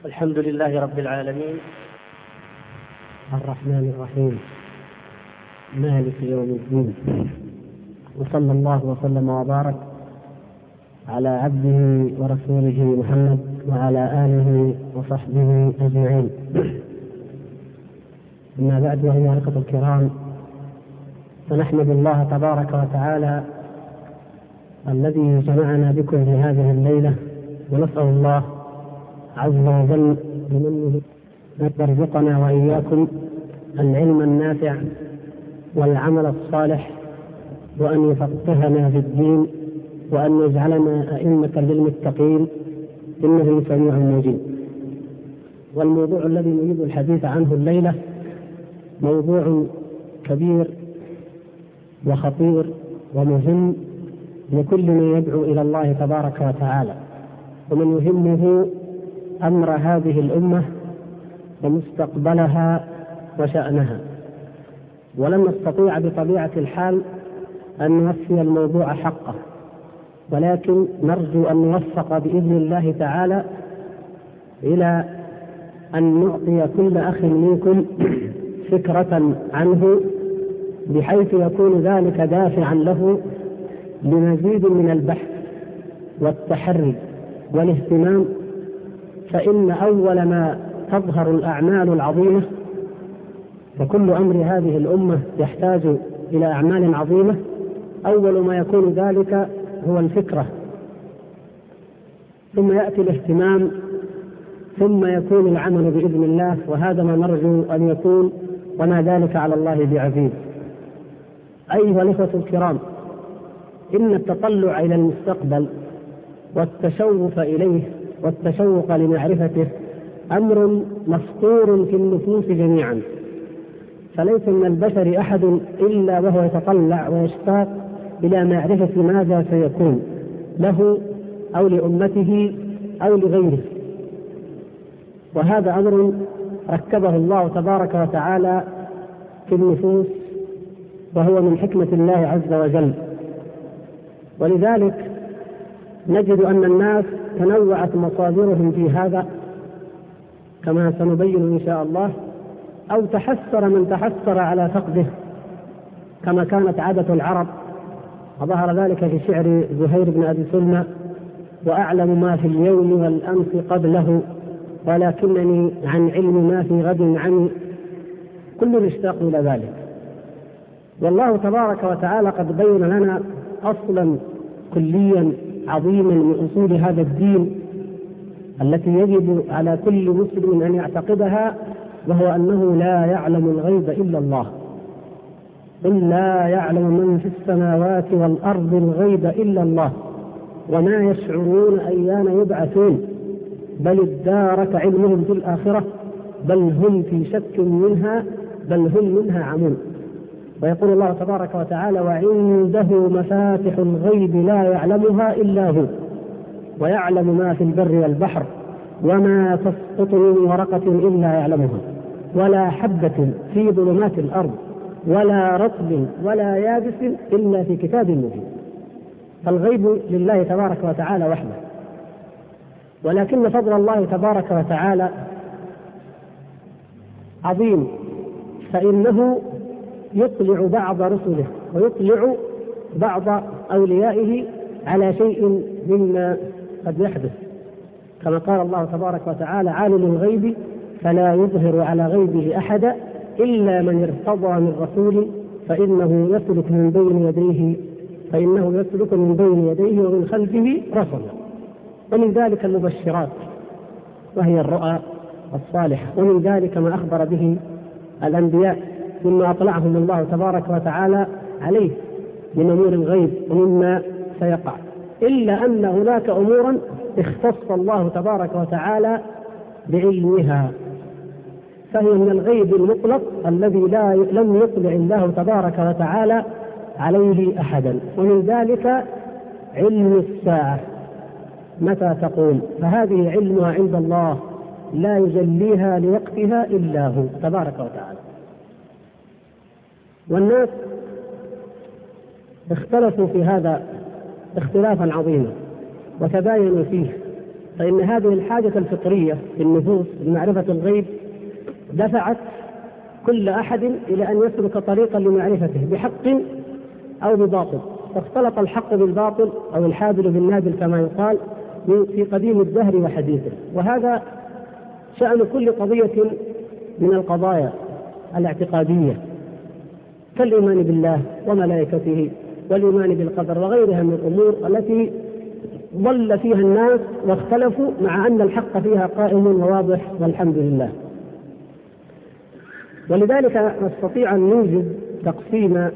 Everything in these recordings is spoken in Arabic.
الحمد لله رب العالمين الرحمن الرحيم مالك يوم الدين، وصلى الله وسلم وبارك على عبده ورسوله محمد وعلى آله وصحبه أجمعين. أما بعد، وهي الأخوة الكرام، فنحمد الله تبارك وتعالى الذي جمعنا بكم في هذه الليلة، ونسأل الله عز وجل بمنه أن يرزقنا وإياكم العلم النافع والعمل الصالح، وأن يفقهنا في الدين، وأن يجعلنا أئمة للمتقين، إنه سميع مجيب. والموضوع الذي نريد الحديث عنه الليلة موضوع كبير وخطير ومهم لكل من يدعو إلى الله تبارك وتعالى، ومن يهمه أمر هذه الأمة ومستقبلها وشأنها. ولن نستطيع بطبيعة الحال أن نوفي الموضوع حقه، ولكن نرجو أن نوفق بإذن الله تعالى إلى أن نعطي كل أخ منكم فكرة عنه، بحيث يكون ذلك دافعا له لمزيد من البحث والتحري والاهتمام. فإن أول ما تظهر الأعمال العظيمة، فكل أمر هذه الأمة يحتاج إلى أعمال عظيمة، أول ما يكون ذلك هو الفكرة، ثم يأتي الاهتمام، ثم يكون العمل بإذن الله. وهذا ما نرجو أن يكون، وما ذلك على الله بعزيز. أيها الأخوة الكرام، إن التطلع إلى المستقبل والتشوف إليه والتشوق لمعرفته أمر مفطور في النفوس جميعا، فليس من البشر أحد إلا وهو يتطلع ويشتاق إلى معرفة ماذا سيكون له أو لأمته أو لغيره. وهذا أمر ركبه الله تبارك وتعالى في النفوس، وهو من حكمة الله عز وجل. ولذلك نجد أن الناس تنوعت مصادرهم في هذا، كما سنبين إن شاء الله، أو تحسر من تحسر على فقده، كما كانت عادة العرب، وظهر ذلك في شعر زهير بن أبي سلمى: وأعلم ما في اليوم والأمس قبله، ولكنني عن علم ما في غد عني. كل يشتاق إلى ذلك. والله تبارك وتعالى قد بين لنا أصلا كليا عظيما من أصول هذا الدين التي يجب على كل مسلم أن يعتقدها، وهو أنه لا يعلم الغيب إلا الله. قل لا يعلم من في السماوات والأرض الغيب إلا الله وما يشعرون أيان يبعثون بل ادارك علمهم في الآخرة بل هم في شك منها بل هم منها عمون. ويقول الله تبارك وتعالى: وعنده مفاتح الغيب لا يعلمها إلا هو ويعلم ما في البر والبحر وما تسقط من ورقة إلا يعلمها ولا حبة في ظلمات الأرض ولا رطب ولا يابس إلا في كتاب مبين. فالغيب لله تبارك وتعالى وحده. ولكن فضل الله تبارك وتعالى عظيم، فإنه يطلع بعض رسله ويطلع بعض أوليائه على شيء مما قد يحدث، كما قال الله تبارك وتعالى: عالم الغيب فلا يظهر على غيبه أحدا إلا من ارتضى من رسول فإنه يسلك من بين يديه ومن خلفه رسلا. ومن ذلك المبشرات، وهي الرؤى الصالحة، ومن ذلك ما أخبر به الأنبياء مما أطلعهم الله تبارك وتعالى عليه من أمور الغيب ومما سيقع. إلا أن هناك أمورا اختص الله تبارك وتعالى بعلمها، فهي من الغيب المطلق الذي لم يطلع الله تبارك وتعالى عليه أحدا. ومن ذلك علم الساعة متى تقوم، فهذه علمها عند الله لا يجليها لوقتها إلا هو تبارك وتعالى. والناس اختلفوا في هذا اختلافا عظيما وتباينوا فيه، فإن هذه الحاجة الفطرية في النفوس لمعرفة الغيب دفعت كل أحد إلى أن يسلك طريقا لمعرفته بحق أو بباطل، فاختلط الحق بالباطل أو الحابل بالنادل كما يقال في قديم الدهر وحديثه. وهذا شأن كل قضية من القضايا الاعتقادية كالإيمان بالله وملائكته والإيمان بالقدر وغيرها من الأمور التي ضل فيها الناس واختلفوا، مع أن الحق فيها قائم وواضح والحمد لله. ولذلك نستطيع أن نوجد تقسيم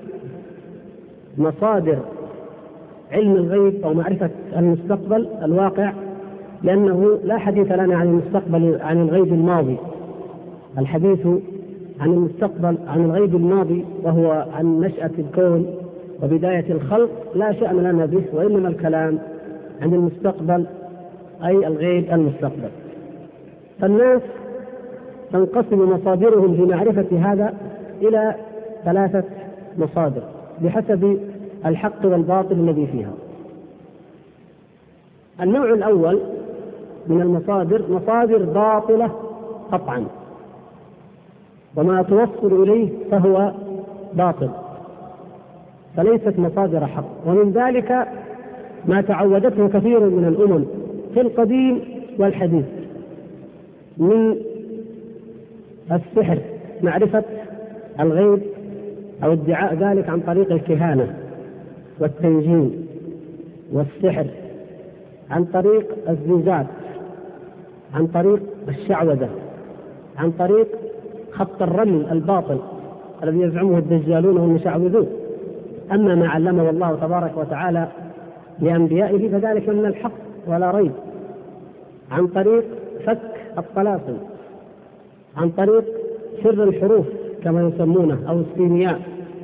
مصادر علم الغيب أو معرفة المستقبل الواقع، لأنه لا حديث لنا عن المستقبل عن الغيب الماضي. الحديث عن المستقبل عن الغيب الماضي وهو عن نشأة الكون وبداية الخلق لا شأن لنا به، وإنما الكلام عن المستقبل أي الغيب المستقبل. فالناس تنقسم مصادرهم في معرفة هذا إلى 3 مصادر بحسب الحق والباطل الذي فيها. النوع الأول من المصادر مصادر باطلة قطعا، وما توصل إليه فهو باطل، فليست مصادر حق. ومن ذلك ما تعودته كثير من الأمم في القديم والحديث من السحر، معرفة الغيب أو ادعاء ذلك عن طريق الكهانة والتنجيم والسحر، عن طريق الزوجات، عن طريق الشعوذة، عن طريق خط الرمل الباطل الذي يزعمه الدجالون والمشعوذون. أما ما علمه الله تبارك وتعالى لأنبيائه فذلك من الحق ولا ريب، عن طريق فك الطلاسم، عن طريق سر الحروف كما يسمونه أو السيمياء.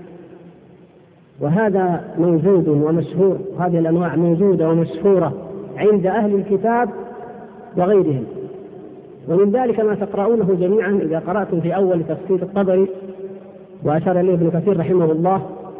وهذا موجود ومشهور، هذه الأنواع موجودة ومشهورة عند أهل الكتاب وغيرهم. ومن ذلك ما تقرؤونه جميعا إذا قرأتم في أول تفسير الطبري وأشار إليه ابن كثير رحمه الله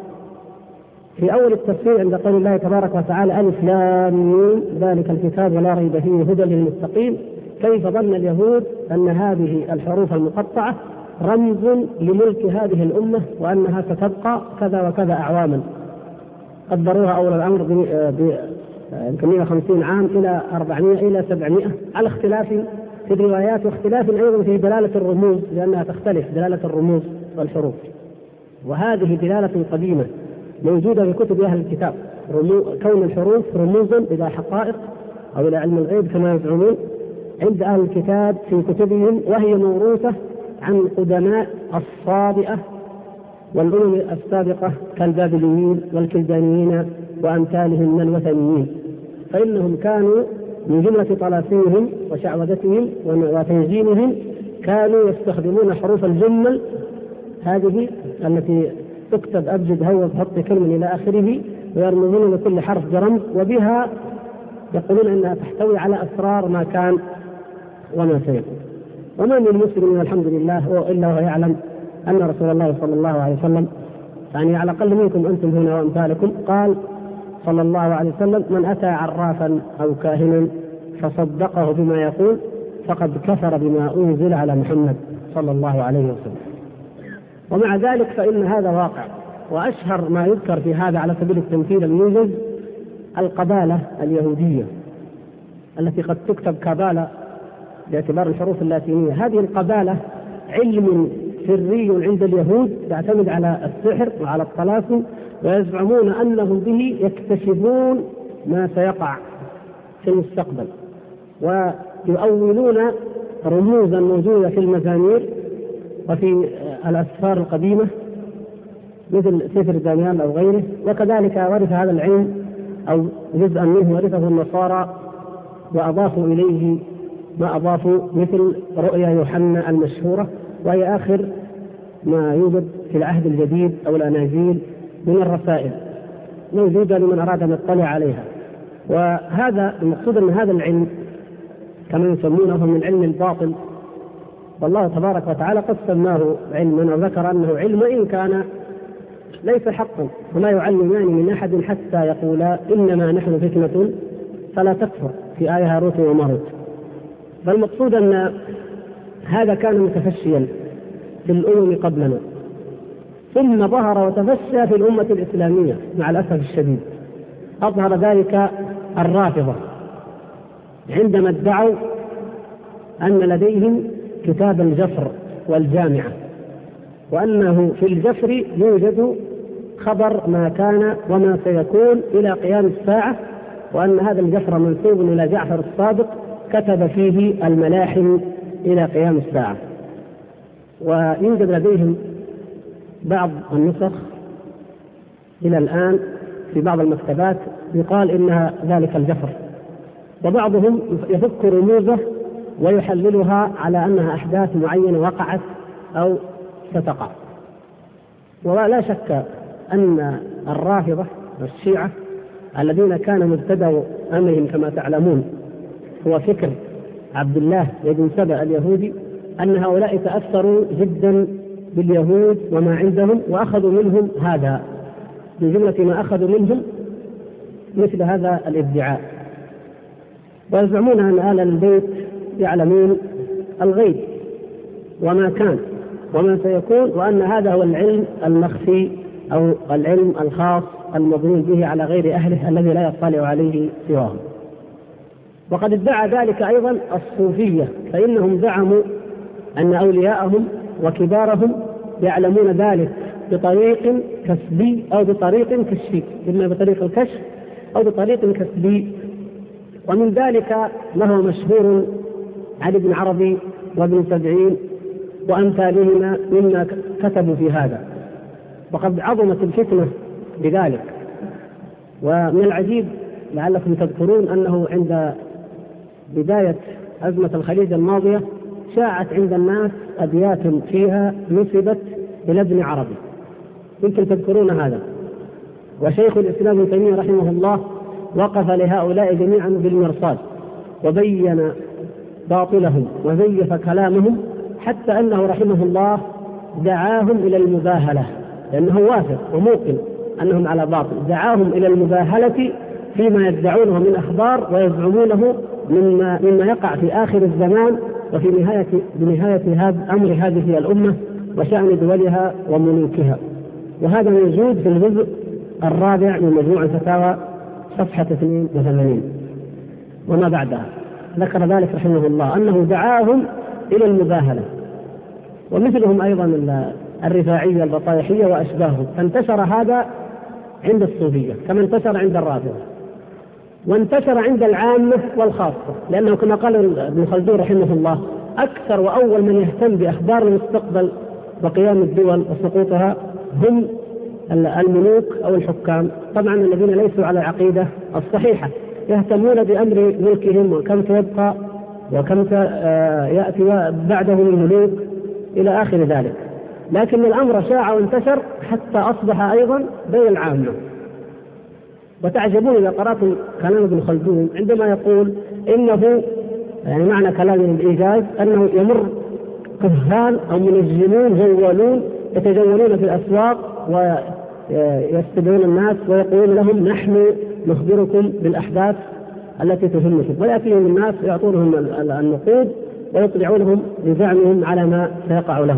في أول التفسير عند قول الله تبارك وتعالى ألف لام ميم ذلك الكتاب ولا ريب فيه هدى للمتقين، كيف ظن اليهود أن هذه الحروف المقطعة رمز لملك هذه الأمة وأنها ستبقى كذا وكذا أعواما، قدروها أول الأمر ب 150 عام إلى 400 إلى 700 على اختلاف في الروايات واختلاف أيضا في دلالة الرموز، لأنها تختلف دلالة الرموز والحروف. وهذه دلالة قديمة موجودة في كتب أهل الكتاب، كون الحروف رموزا إلى حقائق أو إلى علم الغيب كما يزعمون عند أهل الكتاب في كتبهم، وهي موروثة عن القدماء الصابئة والأمم السابقة كالبابليين والكلدانيين وأمثالهم من الوثنيين، فإنهم كانوا من جملة طلاسمهم وشعوذتهم وتنجيمهم كانوا يستخدمون حروف الجمل هذه التي تكتب أبجد هو بحط كلمة إلى آخره، ويرمزون لكل حرف برمز، وبها يقولون أنها تحتوي على أسرار ما كان وما سيكون. وما من مسلم والحمد لله إلا وهو يعلم أن رسول الله صلى الله عليه وسلم يعني على الأقل منكم أنتم هنا وأمثالكم قال صلى الله عليه وسلم من أتى عرافا أو كاهنا فصدقه بما يقول فقد كفر بما أنزل على محمد صلى الله عليه وسلم. ومع ذلك فإن هذا واقع. وأشهر ما يذكر في هذا على سبيل التمثيل الموجز القبالة اليهودية التي قد تكتب كابالة باعتبار الحروف اللاتينية. هذه القبالة علم سري عند اليهود يعتمد على السحر وعلى الطلاسم، ويزعمون أنهم به يكتشفون ما سيقع في المستقبل، ويؤولون رموزا موجودة في المزامير وفي الأسفار القديمة مثل سفر دانيال أو غيره. وكذلك ورث هذا العلم أو جزءا منه ورثه النصارى وأضافوا إليه ما أضافوا مثل رؤيا يوحنا المشهورة، وهي آخر ما يوجد في العهد الجديد أو الأناجيل من الرسائل موجودة لمن أراد أن يطلع عليها. وهذا المقصود أن هذا العلم كما يسمونه من علم الباطل، والله تبارك وتعالى قد سماه علما وذكر أنه علم إن كان ليس حقا، ولا يعلمان من أحد حتى يقولا إنما نحن فتنة فلا تكفر. في آية هاروت وماروت. فالمقصود أن هذا كان متفشيا في الأمم قبلنا، ثم ظهر وتفشى في الأمة الإسلامية مع الأسف الشديد. أظهر ذلك الرافضة عندما ادعوا أن لديهم كتاب الجفر والجامعة، وأنه في الجفر يوجد خبر ما كان وما سيكون إلى قيام الساعة، وأن هذا الجفر منسوب إلى جعفر الصادق كتب فيه الملاحم إلى قيام الساعة. ويوجد لديهم بعض النسخ إلى الآن في بعض المكتبات يقال إنها ذلك الجفر، وبعضهم يفك رموزه ويحللها على أنها أحداث معينة وقعت أو ستقع. ولا شك أن الرافضة والشيعة الذين كان مبتدأ أمرهم كما تعلمون هو فكر عبد الله بن سبأ اليهودي، أن هؤلاء تأثروا جدا باليهود وما عندهم وأخذوا منهم هذا، من جملة ما أخذوا منهم مثل هذا الادعاء. ويزعمون أن آل البيت يعلمون الغيب وما كان وما سيكون، وأن هذا هو العلم المخفي أو العلم الخاص المظنون به على غير أهله الذي لا يطلع عليه سواهم. وقد ادعى ذلك أيضا الصوفية، فإنهم زعموا أن أولياءهم وكبارهم يعلمون ذلك بطريق كسبي أو بطريق كشفي، إما بطريق الكشف أو بطريق كسبي. ومن ذلك ما هو مشهور علي بن عربي وابن سبعين وأمثالهما مما كتبوا في هذا، وقد عظمت الفتنة بذلك. ومن العجيب لعلكم تذكرون أنه عند بداية أزمة الخليج الماضية شاعت عند الناس أبيات فيها نسبت إلى ابن عربي، يمكن تذكرون هذا. وشيخ الإسلام ابن تيمية رحمه الله وقف لهؤلاء جميعا بالمرصاد وبين باطلهم وزيف كلامهم، حتى أنه رحمه الله دعاهم إلى المباهلة، لأنه واثق وموقن أنهم على باطل، دعاهم إلى المباهلة فيما يدعونه من أخبار ويزعمونه مما يقع في آخر الزمان وفي بنهاية أمر هذه الأمة وشأن دولها وملوكها. وهذا موجود في الجزء الرابع من مجموع الفتاوى صفحة 82 وما بعدها، ذكر ذلك رحمه الله أنه دعاهم إلى المباهلة. ومثلهم أيضا الرفاعية البطائحية وأشباههم. فانتشر هذا عند الصوفية كما انتشر عند الرافضة، وانتشر عند العامة والخاصة، لأنه كما قال ابن خلدون رحمه الله أكثر وأول من يهتم بأخبار المستقبل وقيام الدول وسقوطها هم الملوك أو الحكام، طبعا الذين ليسوا على العقيدة الصحيحة، يهتمون بأمر ملكهم وكم سيبقى وكم يأتي بعدهم الملوك إلى آخر ذلك. لكن الأمر شاع وانتشر حتى أصبح أيضا بين العامة. وتعجبون إذا قرأت كلام ابن خلدون عندما يقول إنه يعني معنى كلامه الإيجاز أنه يمر كهان أو منجمون جوالون يتجولون في الأسواق ويستدعون الناس ويقولون لهم نحن نخبركم بالأحداث التي تهمكم، ويأتيهم الناس يعطونهم النقود ويطلعونهم بزعمهم على ما سيقع لهم.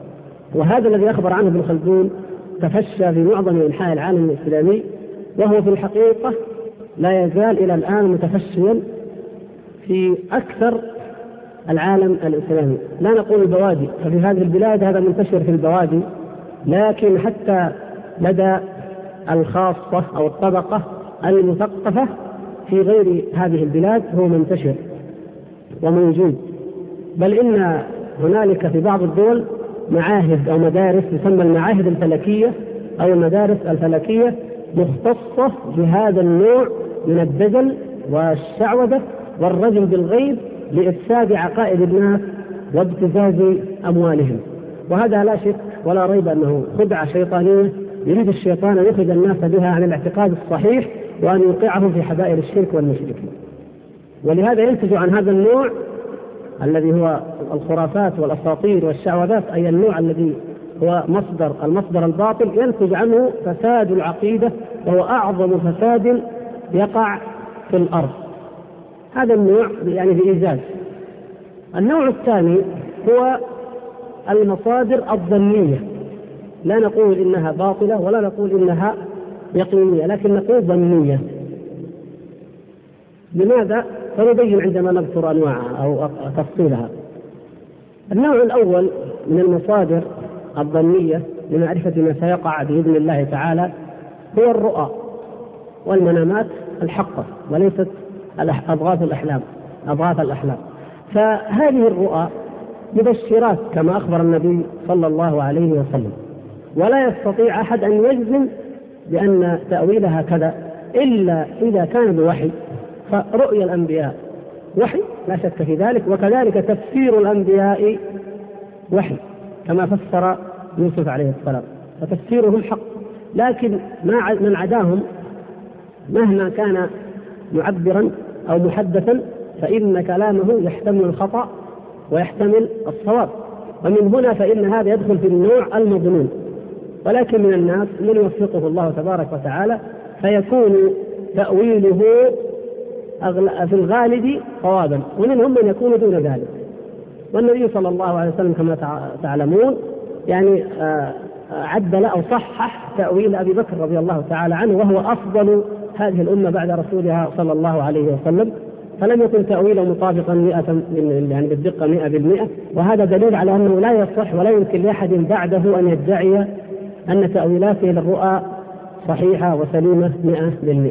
وهذا الذي أخبر عنه ابن خلدون تفشى في معظم أنحاء العالم الإسلامي، وهو في الحقيقة لا يزال إلى الآن متفشيا في أكثر العالم الإسلامي. لا نقول البوادي، ففي هذه البلاد هذا منتشر في البوادي، لكن حتى لدى الخاصة أو الطبقة المثقفة في غير هذه البلاد هو منتشر وموجود. بل إن هنالك في بعض الدول معاهد أو مدارس تسمى المعاهد الفلكية أو المدارس الفلكية مختصة بهذا النوع من الدجل والشعوذة والرجل بالغيب لإفساد عقائد الناس وابتزاز أموالهم. وهذا لا شك ولا ريب أنه خدعة شيطانية يريد الشيطان أن يخرج الناس بها عن الاعتقاد الصحيح وأن يوقعهم في حبائل الشرك والمشركين. ولهذا ينتج عن هذا النوع الذي هو الخرافات والأساطير والشعوذات، أي النوع الذي هو المصدر الباطل، ينتج عنه فساد العقيدة، وهو أعظم فساد يقع في الأرض. هذا النوع يعني بإيجاز. النوع الثاني هو المصادر الظنية، لا نقول إنها باطلة ولا نقول إنها يقينية، لكن نقول ظنية. لماذا؟ فنبين عندما نذكر أنواعها أو تفصيلها. النوع الأول من المصادر الظنية لمعرفة ما سيقع بإذن الله تعالى هو الرؤى والمنامات الحقة، وليست أضغاث الأحلام. فهذه الرؤى مبشرات كما أخبر النبي صلى الله عليه وسلم، ولا يستطيع أحد أن يجزم بأن تأويلها كذا إلا إذا كان بوحي. فرؤيا الأنبياء وحي لا شك في ذلك، وكذلك تفسير الأنبياء وحي كما فسر يوسف عليه السلام، فتفسيرهم حق. لكن من عداهم مهما كان معبرا أو محدثا فإن كلامه يحتمل الخطأ ويحتمل الصواب، ومن هنا فإن هذا يدخل في النوع المظنون. ولكن من الناس من يوفقه الله تبارك وتعالى فيكون تأويله في الغالب صوابا، ومنهم من يكون دون ذلك. والنبي صلى الله عليه وسلم كما تعلمون يعني عدل أو صحح تأويل أبي بكر رضي الله تعالى عنه، وهو أفضل هذه الأمة بعد رسولها صلى الله عليه وسلم، فلم يكن تأويله مطابقا يعني بالدقة 100%. وهذا دليل على أنه لا يصح ولا يمكن لأحد بعده أن يدعي أن تأويلاته للرؤى صحيحة وسليمة 100%.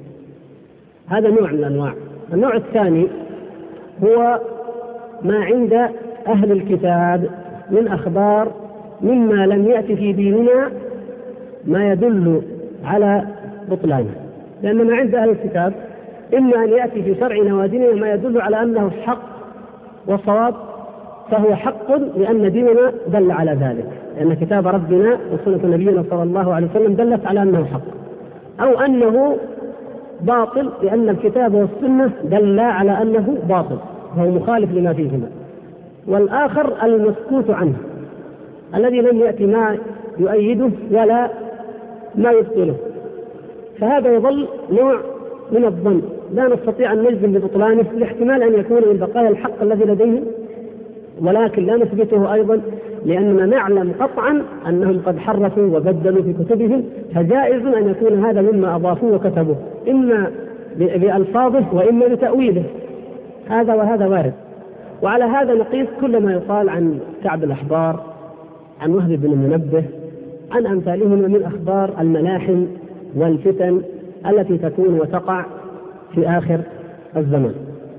هذا نوع من الأنواع. النوع الثاني هو ما عند أهل الكتاب من أخبار مما لم يأتي في ديننا ما يدل على بطلانه، لأن ما عند أهل الكتاب إما أن يأتي في شرعنا وديننا ما يدل على أنه حق وصواب فهو حق لأن ديننا دل على ذلك، لأن كتاب ربنا وسنة نبينا صلى الله عليه وسلم دلت على أنه حق، أو أنه باطل لأن الكتاب والسنة دل على أنه باطل وهو مخالف لما فيهما. والآخر المسكوت عنه الذي لم يأتي ما يؤيده ولا ما يبطله، فهذا يظل نوع من الظن لا نستطيع أن نجزم ببطلانه، لاحتمال أن يكون من بقايا الحق الذي لديهم، ولكن لا نثبته أيضا لأننا نعلم قطعا أنهم قد حرفوا وبدلوا في كتبهم، فجائز أن يكون هذا مما أضافوه وكتبوه إما بألفاظه وإما بتأويله، هذا وهذا وارد. وعلى هذا نقيس كل ما يقال عن كعب الأحبار، عن وهب بن منبه، عن أمثالهما من أخبار الملاحم والفتن التي تكون وتقع في آخر الزمن.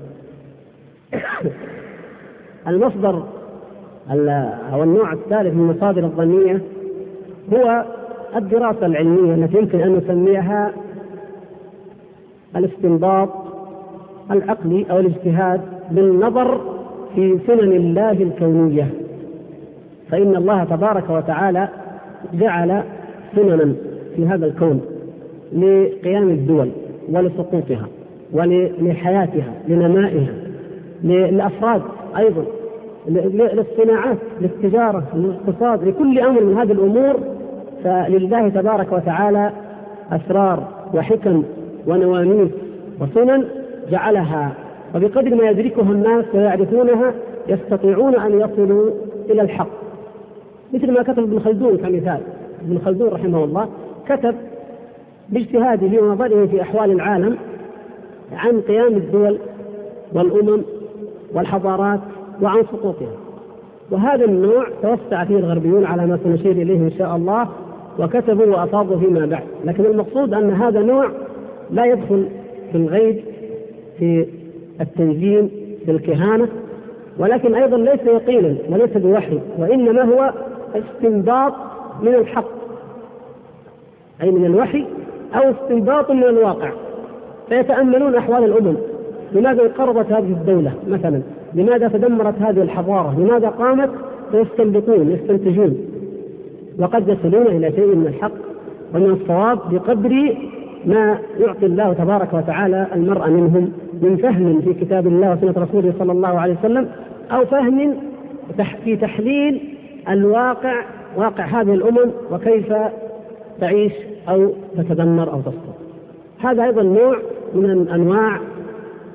المصدر أو النوع الثالث من المصادر الظنية هو الدراسة العلمية التي يمكن أن نسميها الاستنباط العقلي أو الاجتهاد بالنظر في سنن الله الكونية. فإن الله تبارك وتعالى جعل سننا في هذا الكون لقيام الدول ولسقوطها ولحياتها لنمائها، للأفراد أيضا، للصناعات، للتجارة، للاقتصاد، لكل أمر من هذه الأمور. فلله تبارك وتعالى أسرار وحكم ونواميس وسنن جعلها، وبقدر ما يدركها الناس ويعرفونها يستطيعون أن يصلوا إلى الحق. مثل ما كتب ابن خلدون كمثال. ابن خلدون رحمه الله كتب باجتهاده ونظره في أحوال العالم عن قيام الدول والأمم والحضارات وعن سقوطها، وهذا النوع توسع فيه الغربيون على ما سنشير إليه إن شاء الله، وكتبوا وأفاضوا فيما بعد. لكن المقصود أن هذا نوع لا يدخل في الغيب، في التنجيم، في الكهانة، ولكن أيضا ليس يقينا وليس بوحي، وإنما هو استنباط من الحق، أي من الوحي، أو استنباط من الواقع. فيتأملون أحوال الأمم، لماذا انقرضت هذه الدولة مثلا، لماذا تدمرت هذه الحضارة، لماذا قامت، فيستنبطون يستنتجون، وقد يصلون إلى شيء من الحق ومن الصواب بقدر ما يعطي الله تبارك وتعالى المرء منهم من فهم في كتاب الله وسنة رسوله صلى الله عليه وسلم، أو فهم في تحليل الواقع، واقع هذه الأمم وكيف تعيش أو تتدمر أو تسقط. هذا أيضا نوع من أنواع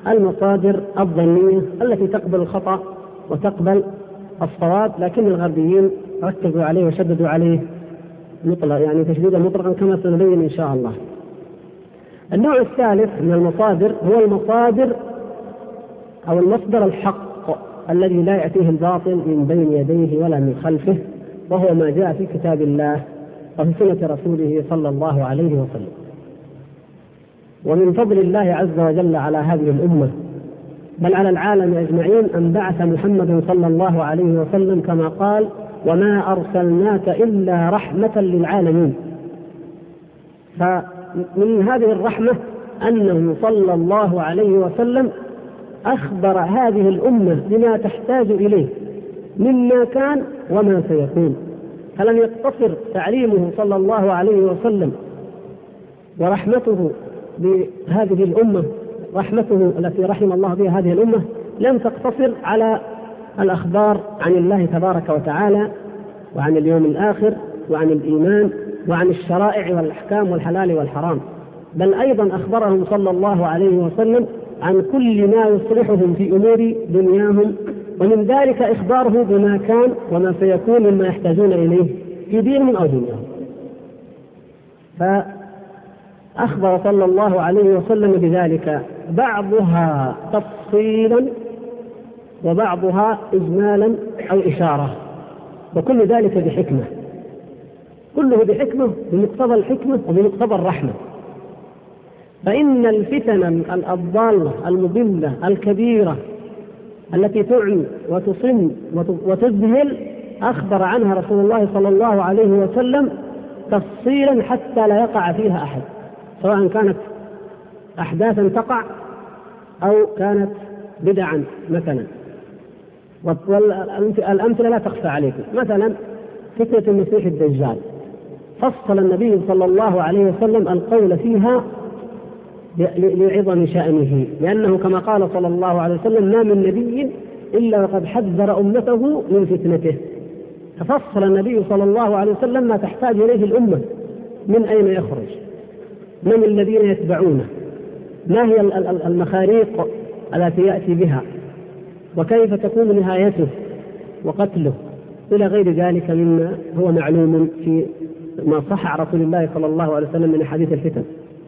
المصادر الظنية التي تقبل الخطأ وتقبل الصواب، لكن الغربيين ركزوا عليه وشددوا عليه مطلق، يعني تشديدا مطلقا كما سنبين إن شاء الله. النوع الثالث من المصادر هو المصادر أو المصدر الحق الذي لا يأتيه الباطل من بين يديه ولا من خلفه، وهو ما جاء في كتاب الله وفي سنة رسوله صلى الله عليه وسلم. ومن فضل الله عز وجل على هذه الأمة بل على العالم أجمعين أن بعث محمد صلى الله عليه وسلم كما قال: وما أرسلناك إلا رحمة للعالمين. فمن هذه الرحمة أنه صلى الله عليه وسلم أخبر هذه الأمة بما تحتاج إليه مما كان وما سيكون، فلم يقتصر تعليمه صلى الله عليه وسلم ورحمته بهذه الأمة، رحمته التي رحم الله بها هذه الأمة لم تقتصر على الأخبار عن الله تبارك وتعالى وعن اليوم الآخر وعن الإيمان وعن الشرائع والأحكام والحلال والحرام، بل أيضا أخبرهم صلى الله عليه وسلم عن كل ما يصلحهم في أمور دنياهم، ومن ذلك إخباره بما كان وما سيكون مما يحتاجون إليه في دينهم أو دنياهم. فأخبر صلى الله عليه وسلم بذلك بعضها تفصيلا وبعضها إجمالا أو إشارة، وكل ذلك بحكمة، كله بحكمة، بمقتضى الحكمة وبمقتضى الرحمة. فإن الفتن الضالة المضلة الكبيرة التي تعمي وتصم وتذهل أخبر عنها رسول الله صلى الله عليه وسلم تفصيلا حتى لا يقع فيها أحد، سواء كانت أحداثا تقع أو كانت بدعا مثلا. والأمثلة لا تخفى عليكم. مثلا فتنة المسيح الدجال فصل النبي صلى الله عليه وسلم القول فيها لعظم شأنه، لأنه كما قال صلى الله عليه وسلم: ما من نبي إلا وقد حذر أمته من فتنته. ففصل النبي صلى الله عليه وسلم ما تحتاج إليه الأمة: من أين يخرج، من الذين يتبعونه، ما هي المخاريق التي يأتي بها، وكيف تكون نهايته وقتله، إلى غير ذلك مما هو معلوم في ما صح عن رسول الله صلى الله عليه وسلم من حديث الفتن.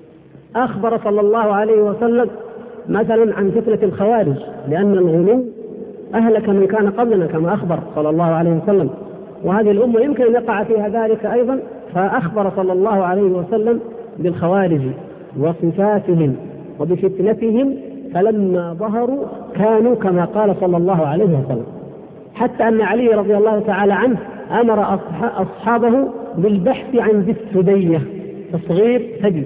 أخبر صلى الله عليه وسلم مثلا عن فتنة الخوارج، لأن الغلو أهلك من كان قبلنا كما أخبر صلى الله عليه وسلم، وهذه الأمة يمكن أن يقع فيها ذلك أيضا. فأخبر صلى الله عليه وسلم بالخوارج وصفاتهم وبفتنتهم، فلما ظهروا كانوا كما قال صلى الله عليه وسلم، حتى أن علي رضي الله تعالى عنه أمر أصحابه بالبحث عن ذي الثدية، تصغير ثدي،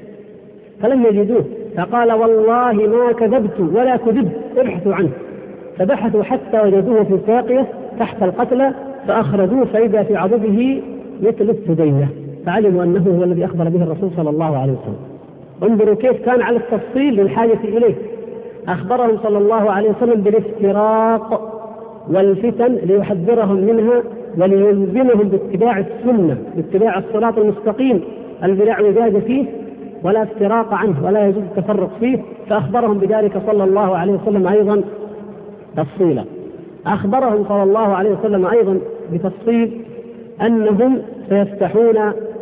فلم يجدوه، فقال: والله ما كذبت ولا كذبت، ابحثوا عنه. فبحثوا حتى وجدوه في ساقية تحت القتلى، فأخرجوه فإذا في عضده مثل الثدية، فعلموا أنه هو الذي أخبر به الرسول صلى الله عليه وسلم. انظروا كيف كان على التفصيل للحاجة إليه. أخبرهم صلى الله عليه وسلم بالافتراق والفتن ليحذرهم منها وليلزمهم باتباع السنة، باتباع الصراط المستقيم الذي لا اعوجاج فيه ولا افتراق عنه ولا يجوز التفرق فيه. فأخبرهم بذلك صلى الله عليه وسلم أيضا تفصيلا. أخبرهم صلى الله عليه وسلم أيضا بتفصيل أنهم سيفتحون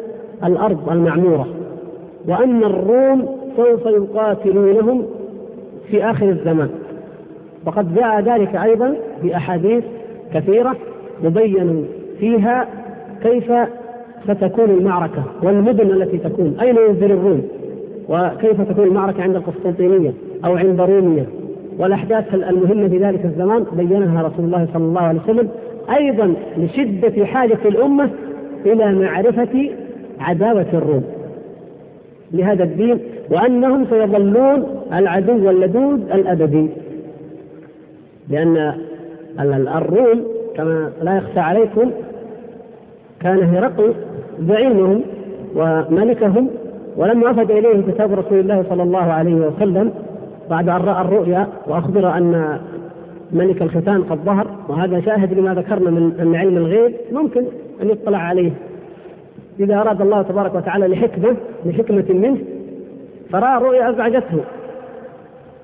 الأرض المعمورة، وأن الروم سوف يقاتلونهم في آخر الزمان، وقد جاء ذلك أيضا بأحاديث كثيرة يبين فيها كيف ستكون المعركة والمدن التي تكون، أين ينزل الروم، وكيف تكون المعركة عند القسطنطينية أو عند رومية، والأحداث المهمة في ذلك الزمان بينها رسول الله صلى الله عليه وسلم، أيضا لشدة حاجة الأمة إلى معرفة عداوة الروم لهذا الدين، وأنهم سيظلون العدو اللدود الأبدي، لأن الروم كما لا يخفى عليكم كان هرقل زعيمهم وملكهم، ولما وفد إليه كتاب رسول الله صلى الله عليه وسلم بعد أن رأى الرؤيا وأخبر أن ملك الختان قد ظهر، وهذا شاهد لما ذكرنا من أن علم الغيب ممكن أن يطلع عليه إذا أراد الله تبارك وتعالى لحكمة منه، فرأى رؤيا أزعجته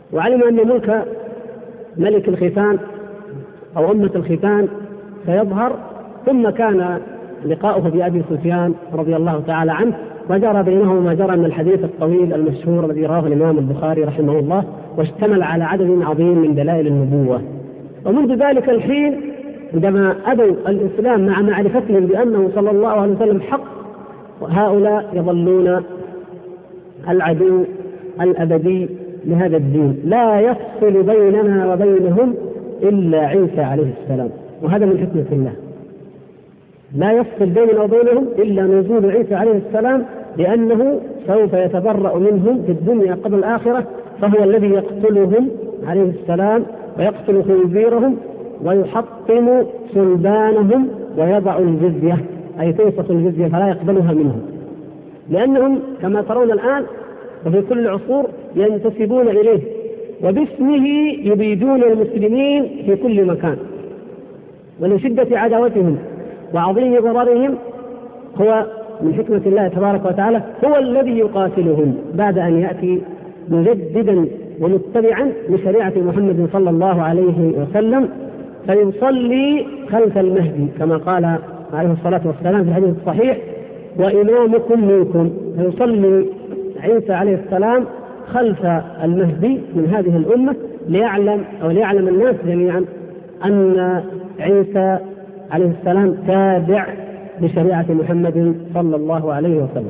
وعلم أن ملك ملك الختان أو أمة الختان سيظهر، ثم كان لقاؤه بأبي سفيان رضي الله تعالى عنه، وجرى بينهما ما جرى من الحديث الطويل المشهور الذي رواه الإمام البخاري رحمه الله، واشتمل على عدد عظيم من دلائل النبوة. ومنذ ذلك الحين عندما أبوا الإسلام مع معرفتهم بأنه صلى الله عليه وسلم حق، هؤلاء يظلون العدو الأبدي لهذا الدين، لا يفصل بيننا وبينهم إلا عيسى عليه السلام. وهذا من حكمة الله، لا يفصل بيننا وبينهم إلا نزول عيسى عليه السلام، لأنه سوف يتبرأ منهم في الدنيا قبل الآخرة، فهو الذي يقتلهم عليه السلام ويقتل خنزيرهم ويحطم صلبانهم ويضع الجزية، أي تنقص الجزية فلا يقبلها منهم، لأنهم كما ترون الآن وفي كل العصور ينتسبون إليه وباسمه يبيدون المسلمين في كل مكان. ولشدة عداوتهم وعظيم ضررهم هو من حكمة الله تبارك وتعالى هو الذي يقاتلهم بعد أن يأتي مجددا ومتبعا لشريعة محمد صلى الله عليه وسلم، فيصلي خلف المهدي كما قال عليه الصلاة والسلام في الحديث الصحيح: وإمامكم منكم. فيصلي عيسى عليه السلام خلف المهدي من هذه الأمة ليعلم الناس جميعا أن عيسى عليه السلام تابع لشريعة محمد صلى الله عليه وسلم.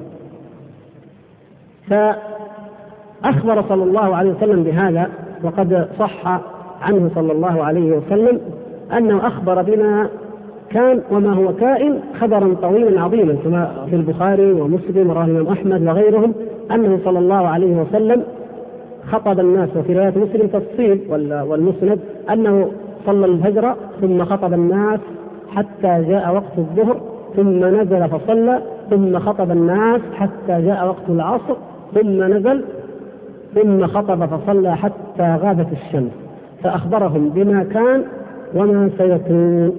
فأخبر صلى الله عليه وسلم بهذا، وقد صح عنه صلى الله عليه وسلم أنه أخبر بما كان وما هو كائن خبرا طويلا عظيما، كما في البخاري ومسلم ورواه الإمام أحمد وغيرهم، أنه صلى الله عليه وسلم خطب الناس، وفي رواية مسلم تفصيل والمسند أنه صلى الفجر ثم خطب الناس حتى جاء وقت الظهر، ثم نزل فصلى، ثم خطب الناس حتى جاء وقت العصر، ثم نزل، ثم خطب فصلى حتى غابت الشمس، فأخبرهم بما كان وما سيكون.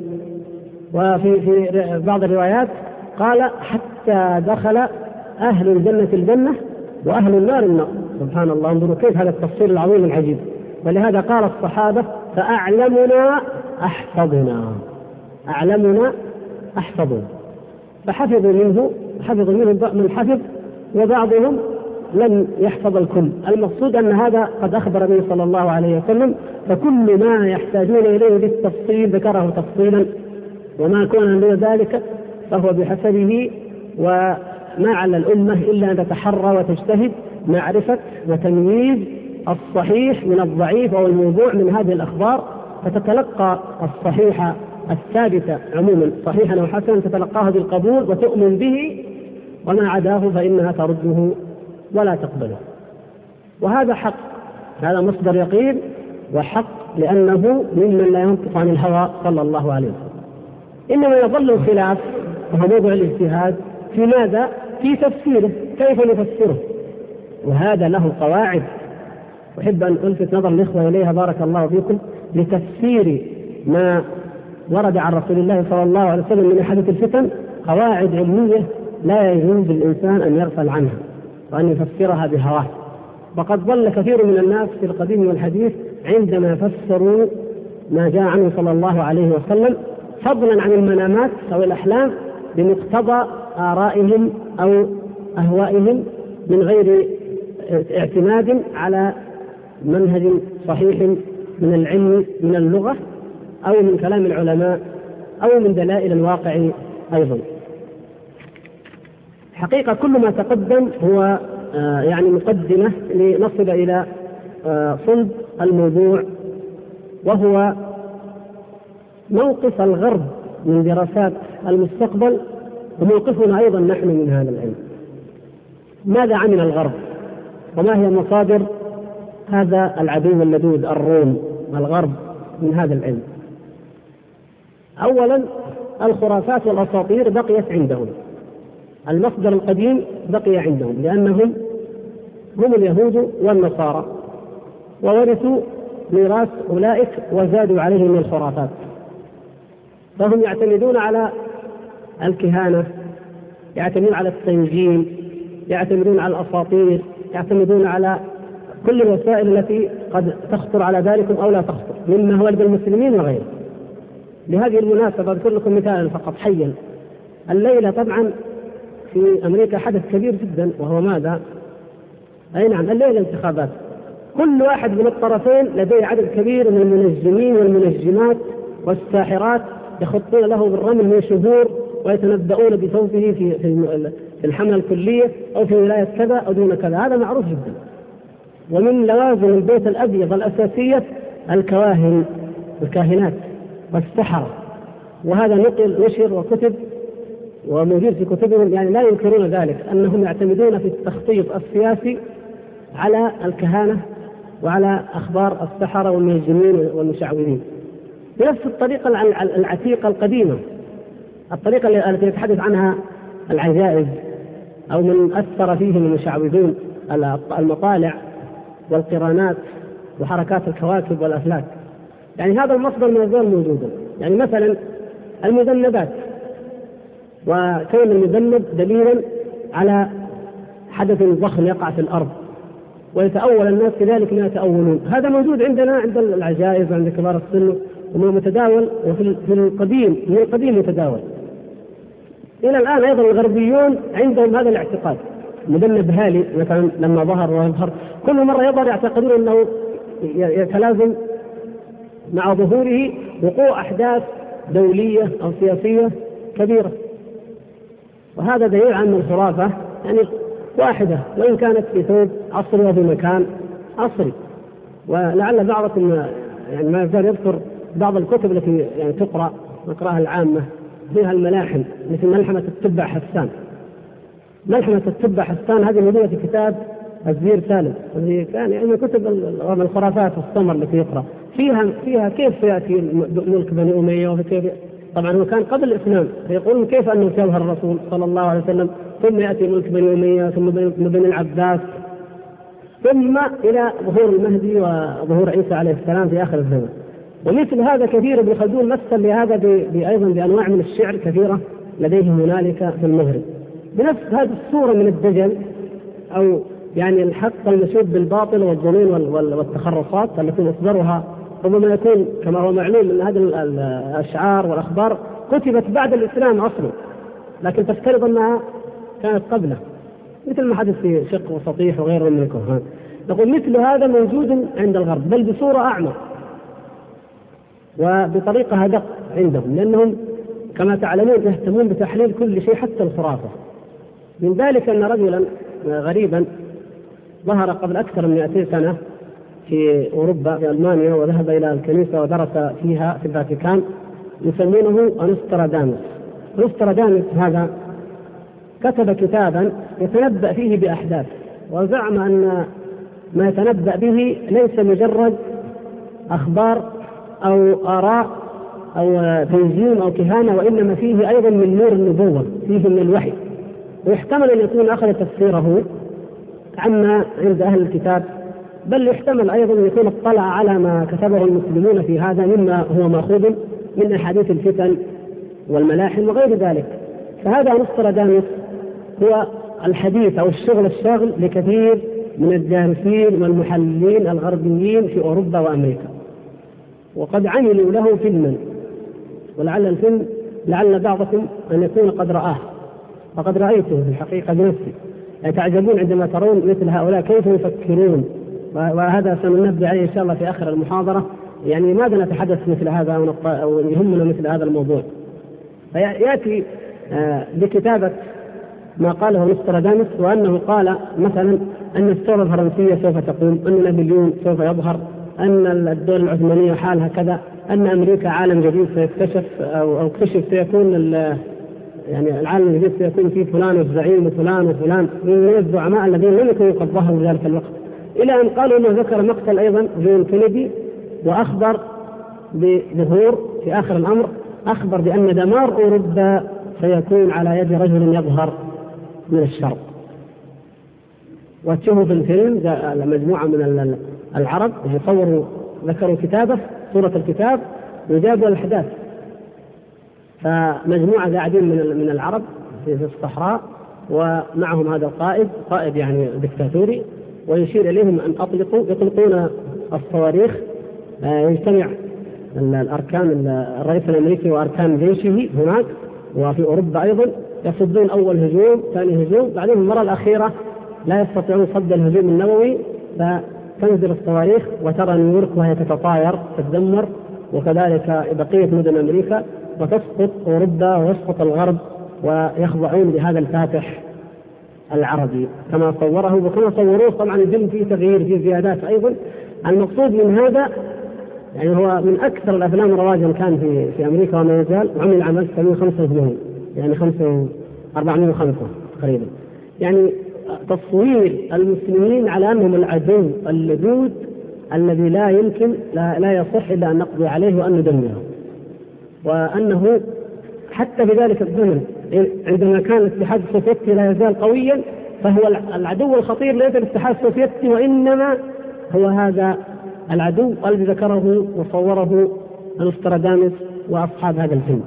وفي بعض الروايات قال: حتى دخل أهل الجنة الجنة وأهل النار النار. سبحان الله، انظروا كيف هذا التفصيل العظيم العجيب. ولهذا قال الصحابة: فأعلمنا أحفظنا، أعلمنا أحفظنا، فحفظوا منه من حفظ، وبعضهم لم يحفظ الكل. المقصود أن هذا قد أخبر به صلى الله عليه وسلم، فكل ما يحتاجون إليه بالتفصيل ذكره تفصيلا، وما كان دون ذلك فهو بحسبه. وما على الأمة إلا أن تتحرى وتجتهد معرفة وتمييز الصحيح من الضعيف أو الموضوع من هذه الأخبار، فتتلقى الصحيح الثابتة عموما صحيحا أو حسنا تتلقاه بالقبول وتؤمن به، وما عداه فإنها ترده ولا تقبله. وهذا حق، هذا مصدر يقين وحق، لأنه ممن لا ينطق عن الهوى صلى الله عليه وسلم. إنما يظل الخلاف وهو موضوع الاجتهاد في ماذا؟ في تفسيره، كيف نفسره، وهذا له قواعد. أحب أن ألفت نظر الإخوة إليها بارك الله فيكم، لتفسير ما ورد عن رسول الله صلى الله عليه وسلم من أحاديث الفتن قواعد علمية لا يجوز للإنسان أن يغفل عنها وأن يفسرها بهواه. وقد ضل كثير من الناس في القديم والحديث عندما فسروا ما جاء عنه صلى الله عليه وسلم، فضلا عن المنامات أو الأحلام، بمقتضى آرائهم أو أهوائهم من غير اعتماد على منهج صحيح من العلم من اللغة أو من كلام العلماء أو من دلائل الواقع أيضا. حقيقة كل ما تقدم هو يعني مقدمة لنصل إلى صلب الموضوع، وهو موقف الغرب من دراسات المستقبل وموقفنا أيضا نحن من هذا العلم. ماذا عمل الغرب وما هي مصادر هذا العدو اللدود الروم الغرب من هذا العلم؟ أولا الخرافات والأساطير بقيت عندهم، المصدر القديم بقي عندهم، لأنهم هم اليهود والنصارى وورثوا ميراث أولئك وزادوا عليه من الخرافات، فهم يعتمدون على الكهانة، يعتمدون على التنجيم، يعتمدون على الأساطير، يعتمدون على كل الوسائل التي قد تخطر على ذلكم أو لا تخطر مما هو لدى المسلمين وغيره. لهذه المناسبة أذكر لكم مثالا فقط حيا. الليلة طبعا في أمريكا حدث كبير جدا، وهو ماذا؟ أي نعم، الليلة انتخابات. كل واحد من الطرفين لديه عدد كبير من المنجمين والمنجمات والساحرات يخطون له بالرمل من شهور ويتنبؤون بفوزه في الحملة الكلية أو في ولاية كذا أو دون كذا. هذا معروف جدا. ومن لوازم البيت الأبيض الأساسية الكاهنات والسحرة، وهذا نشر وكتب وموجود في كتبهم، يعني لا ينكرون ذلك، أنهم يعتمدون في التخطيط السياسي على الكهانة وعلى أخبار السحرة والمنجمين والمشعوذين بنفس الطريقة العتيقة القديمة، الطريقة التي يتحدث عنها العجائز أو من أثر فيهم المشعوذون، المطالع والقرانات وحركات الكواكب والأفلاك. يعني هذا المصدر ما يزال موجودا. يعني مثلا المذنبات، وكون المذنب دليلا على حدث ضخم يقع في الأرض ويتأول الناس كذلك ما يتأولون، هذا موجود عندنا عند العجائز وعند كبار السن، وهو متداول، وفي القديم من القديم متداول إلى الآن. أيضا الغربيون عندهم هذا الاعتقاد. مذنب هالي مثلا لما ظهر ويظهر كل مرة يظهر يعتقدون أنه يتلازم مع ظهوره وقوع أحداث دولية أو سياسية كبيرة، وهذا دليل عن الخرافة يعني واحدة وإن كانت في ثوب عصري وفي مكان عصري. ولعل بعضكم يعني ما يزال يذكر بعض الكتب التي يعني نقرأها العامة فيها الملاحم، مثل ملحمة التبع حسان. ملحمة التبع حسان هذه موجودة في كتاب الزير سالم، الذي كان يعني كتب الخرافات والسمر التي يقرأ فيها كيف سيأتي ملك بني أمية، وكيف طبعا هو كان قبل الإسلام، فيقولون كيف أنه سيظهر الرسول صلى الله عليه وسلم ثم يأتي ملك بني أمية ثم بني العباس ثم إلى ظهور المهدي وظهور عيسى عليه السلام في آخر الزمن. ومثل هذا كثير. ابن خلدون مثل لهذا أيضا بأنواع من الشعر كثيرة لديه هنالك في المغرب بنفس هذه الصورة من الدجل، أو يعني الحق المشوب بالباطل والظنون والتخرصات التي مصدرها ربما يكون كما هو معلوم من هذه الأشعار والأخبار كتبت بعد الإسلام أصلا، لكن تفترض أنها كانت قبله، مثل ما حدث في شق وسطيح وغيره من الكهان. نقول مثل هذا موجود عند الغرب، بل بصورة أعمق وبطريقة أدق عندهم، لأنهم كما تعلمون يهتمون بتحليل كل شيء حتى الخرافة. من ذلك أن رجلا غريبا ظهر قبل أكثر من 200 سنة في أوروبا في ألمانيا، وذهب إلى الكنيسة ودرس فيها في الفاتيكان، يسمونه نوستراداموس. نوستراداموس هذا كتب كتابا يتنبأ فيه بأحداث، وزعم أن ما يتنبأ به ليس مجرد أخبار أو آراء أو تنجيم أو كهانة، وإنما فيه أيضا من نور النبوة، فيه من الوحي، ويحتمل أن يكون أخذ تفسيره عما عند أهل الكتاب، بل يحتمل أيضا أن يكون اطلع على ما كتبه المسلمون في هذا مما هو مأخوذ من أحاديث الفتن والملاحم وغير ذلك. فهذا نوستراداموس هو الحديث أو الشغل الشاغل لكثير من الدارسين والمحللين الغربيين في أوروبا وأمريكا، وقد عملوا له فيلما، ولعل الفيلم لعل بعضكم أن يكون قد رآه، وقد رأيته في الحقيقة بنفسي. يعني تعجبون عندما ترون مثل هؤلاء كيف يفكرون، وهذا سننبه عليه إن شاء الله في آخر المحاضرة، يعني ماذا نتحدث مثل هذا أو يهمنا مثل هذا الموضوع. فيأتي بكتابة ما قاله نوستراداموس، وأنه قال مثلا أن الثورة الفرنسية سوف تقوم، أن نابليون سوف يظهر، أن الدول العثمانية حالها كذا، أن أمريكا عالم جديد سيكتشف أو اكتشف سيكون يعني العالم الجديد سيكون فيه فلان والزعيم وفلان وفلان من الزعماء الذين لم يكونوا قد ظهروا في ذلك الوقت، إلى أن قالوا أنه ذكر مقتل أيضا جون كينيدي، وأخبر بظهور في آخر الأمر، أخبر بأن دمار أوروبا سيكون على يد رجل يظهر من الشرق. وتشوفوا في الفيلم مجموعة من العرب يصوروا ذكروا كتابه صورة الكتاب وجابوا الأحداث، فمجموعة قاعدين من العرب في الصحراء، ومعهم هذا القائد يعني دكتاتوري، ويشير إليهم أن يطلقون الصواريخ يجتمع الأركان الرئيس الأمريكي وأركان جيشه هناك وفي أوروبا أيضا، يصدون أول هجوم ثاني هجوم، بعدين المرة الأخيرة لا يستطيعون صد الهجوم النووي فتنزل الصواريخ وترى نيويورك وهي تتطاير تتدمر، وكذلك بقية مدن أمريكا، وتسقط أوروبا ويسقط الغرب ويخضعون لهذا الفاتح العربي كما صوره وكما صوروه. طبعا الفيلم فيه تغيير فيه زيادات أيضا. المقصود من هذا يعني هو من أكثر الأفلام رواجا كان في أمريكا وما يزال، وعمل عام 1985 يعني 405 تقريبا. يعني تصوير المسلمين على أنهم العدو اللدود الذي لا يمكن لا يصح إلا أن نقضي عليه وأن ندمره، وأنه حتى في ذلك الزمن عندما كان الاتحاد السوفيتي لا يزال قويا، فهو العدو الخطير ليس الاتحاد السوفيتي وإنما هو هذا العدو الذي ذكره وصوره نوستراداموس وأصحاب هذا الفيلم.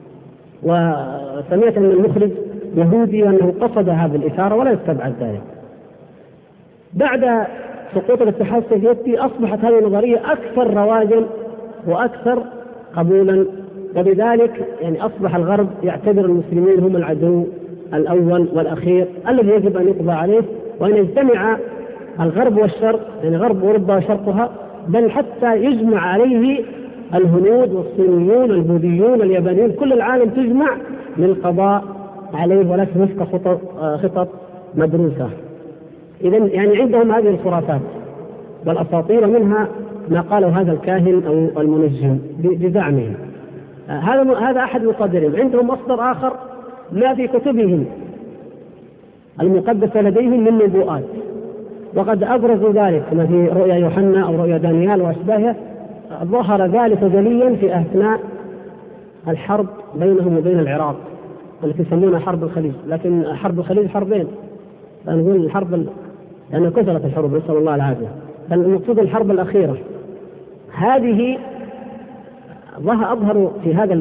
وسمعت أن المخرج يهودي وأنه قصد هذه الإثارة ولا يستبعد ذلك. بعد سقوط الاتحاد السوفيتي أصبحت هذه النظرية أكثر رواجا وأكثر قبولا، وبذلك يعني أصبح الغرب يعتبر المسلمين هم العدو الأول والأخير الذي يجب أن يقضى عليه، وأن يجتمع الغرب والشرق يعني غرب أوروبا وشرقها، بل حتى يجمع عليه الهنود والصينيون البوذيون اليابانيون، كل العالم تجمع للقضاء عليه ولكن وفق خطط مدروسة. إذن يعني عندهم هذه الخرافات والأساطير، منها ما قاله هذا الكاهن أو المنجم بزعمهم. هذا أحد مصادرهم. عندهم مصدر آخر ما في كتبهم المقدسة لديهم من نبوءات، وقد أبرزوا ذلك ما في رؤيا يوحنا أو رؤيا دانيال وأشباهه. ظهر ذلك جليا في أثناء الحرب بينهم وبين العراق التي يسمونها حرب الخليج، لكن حرب الخليج حربين، فنقول الحرب لأن كثرت الحروب نسأل الله العافية، فالمقصود الحرب الأخيرة هذه أظهروا في هذا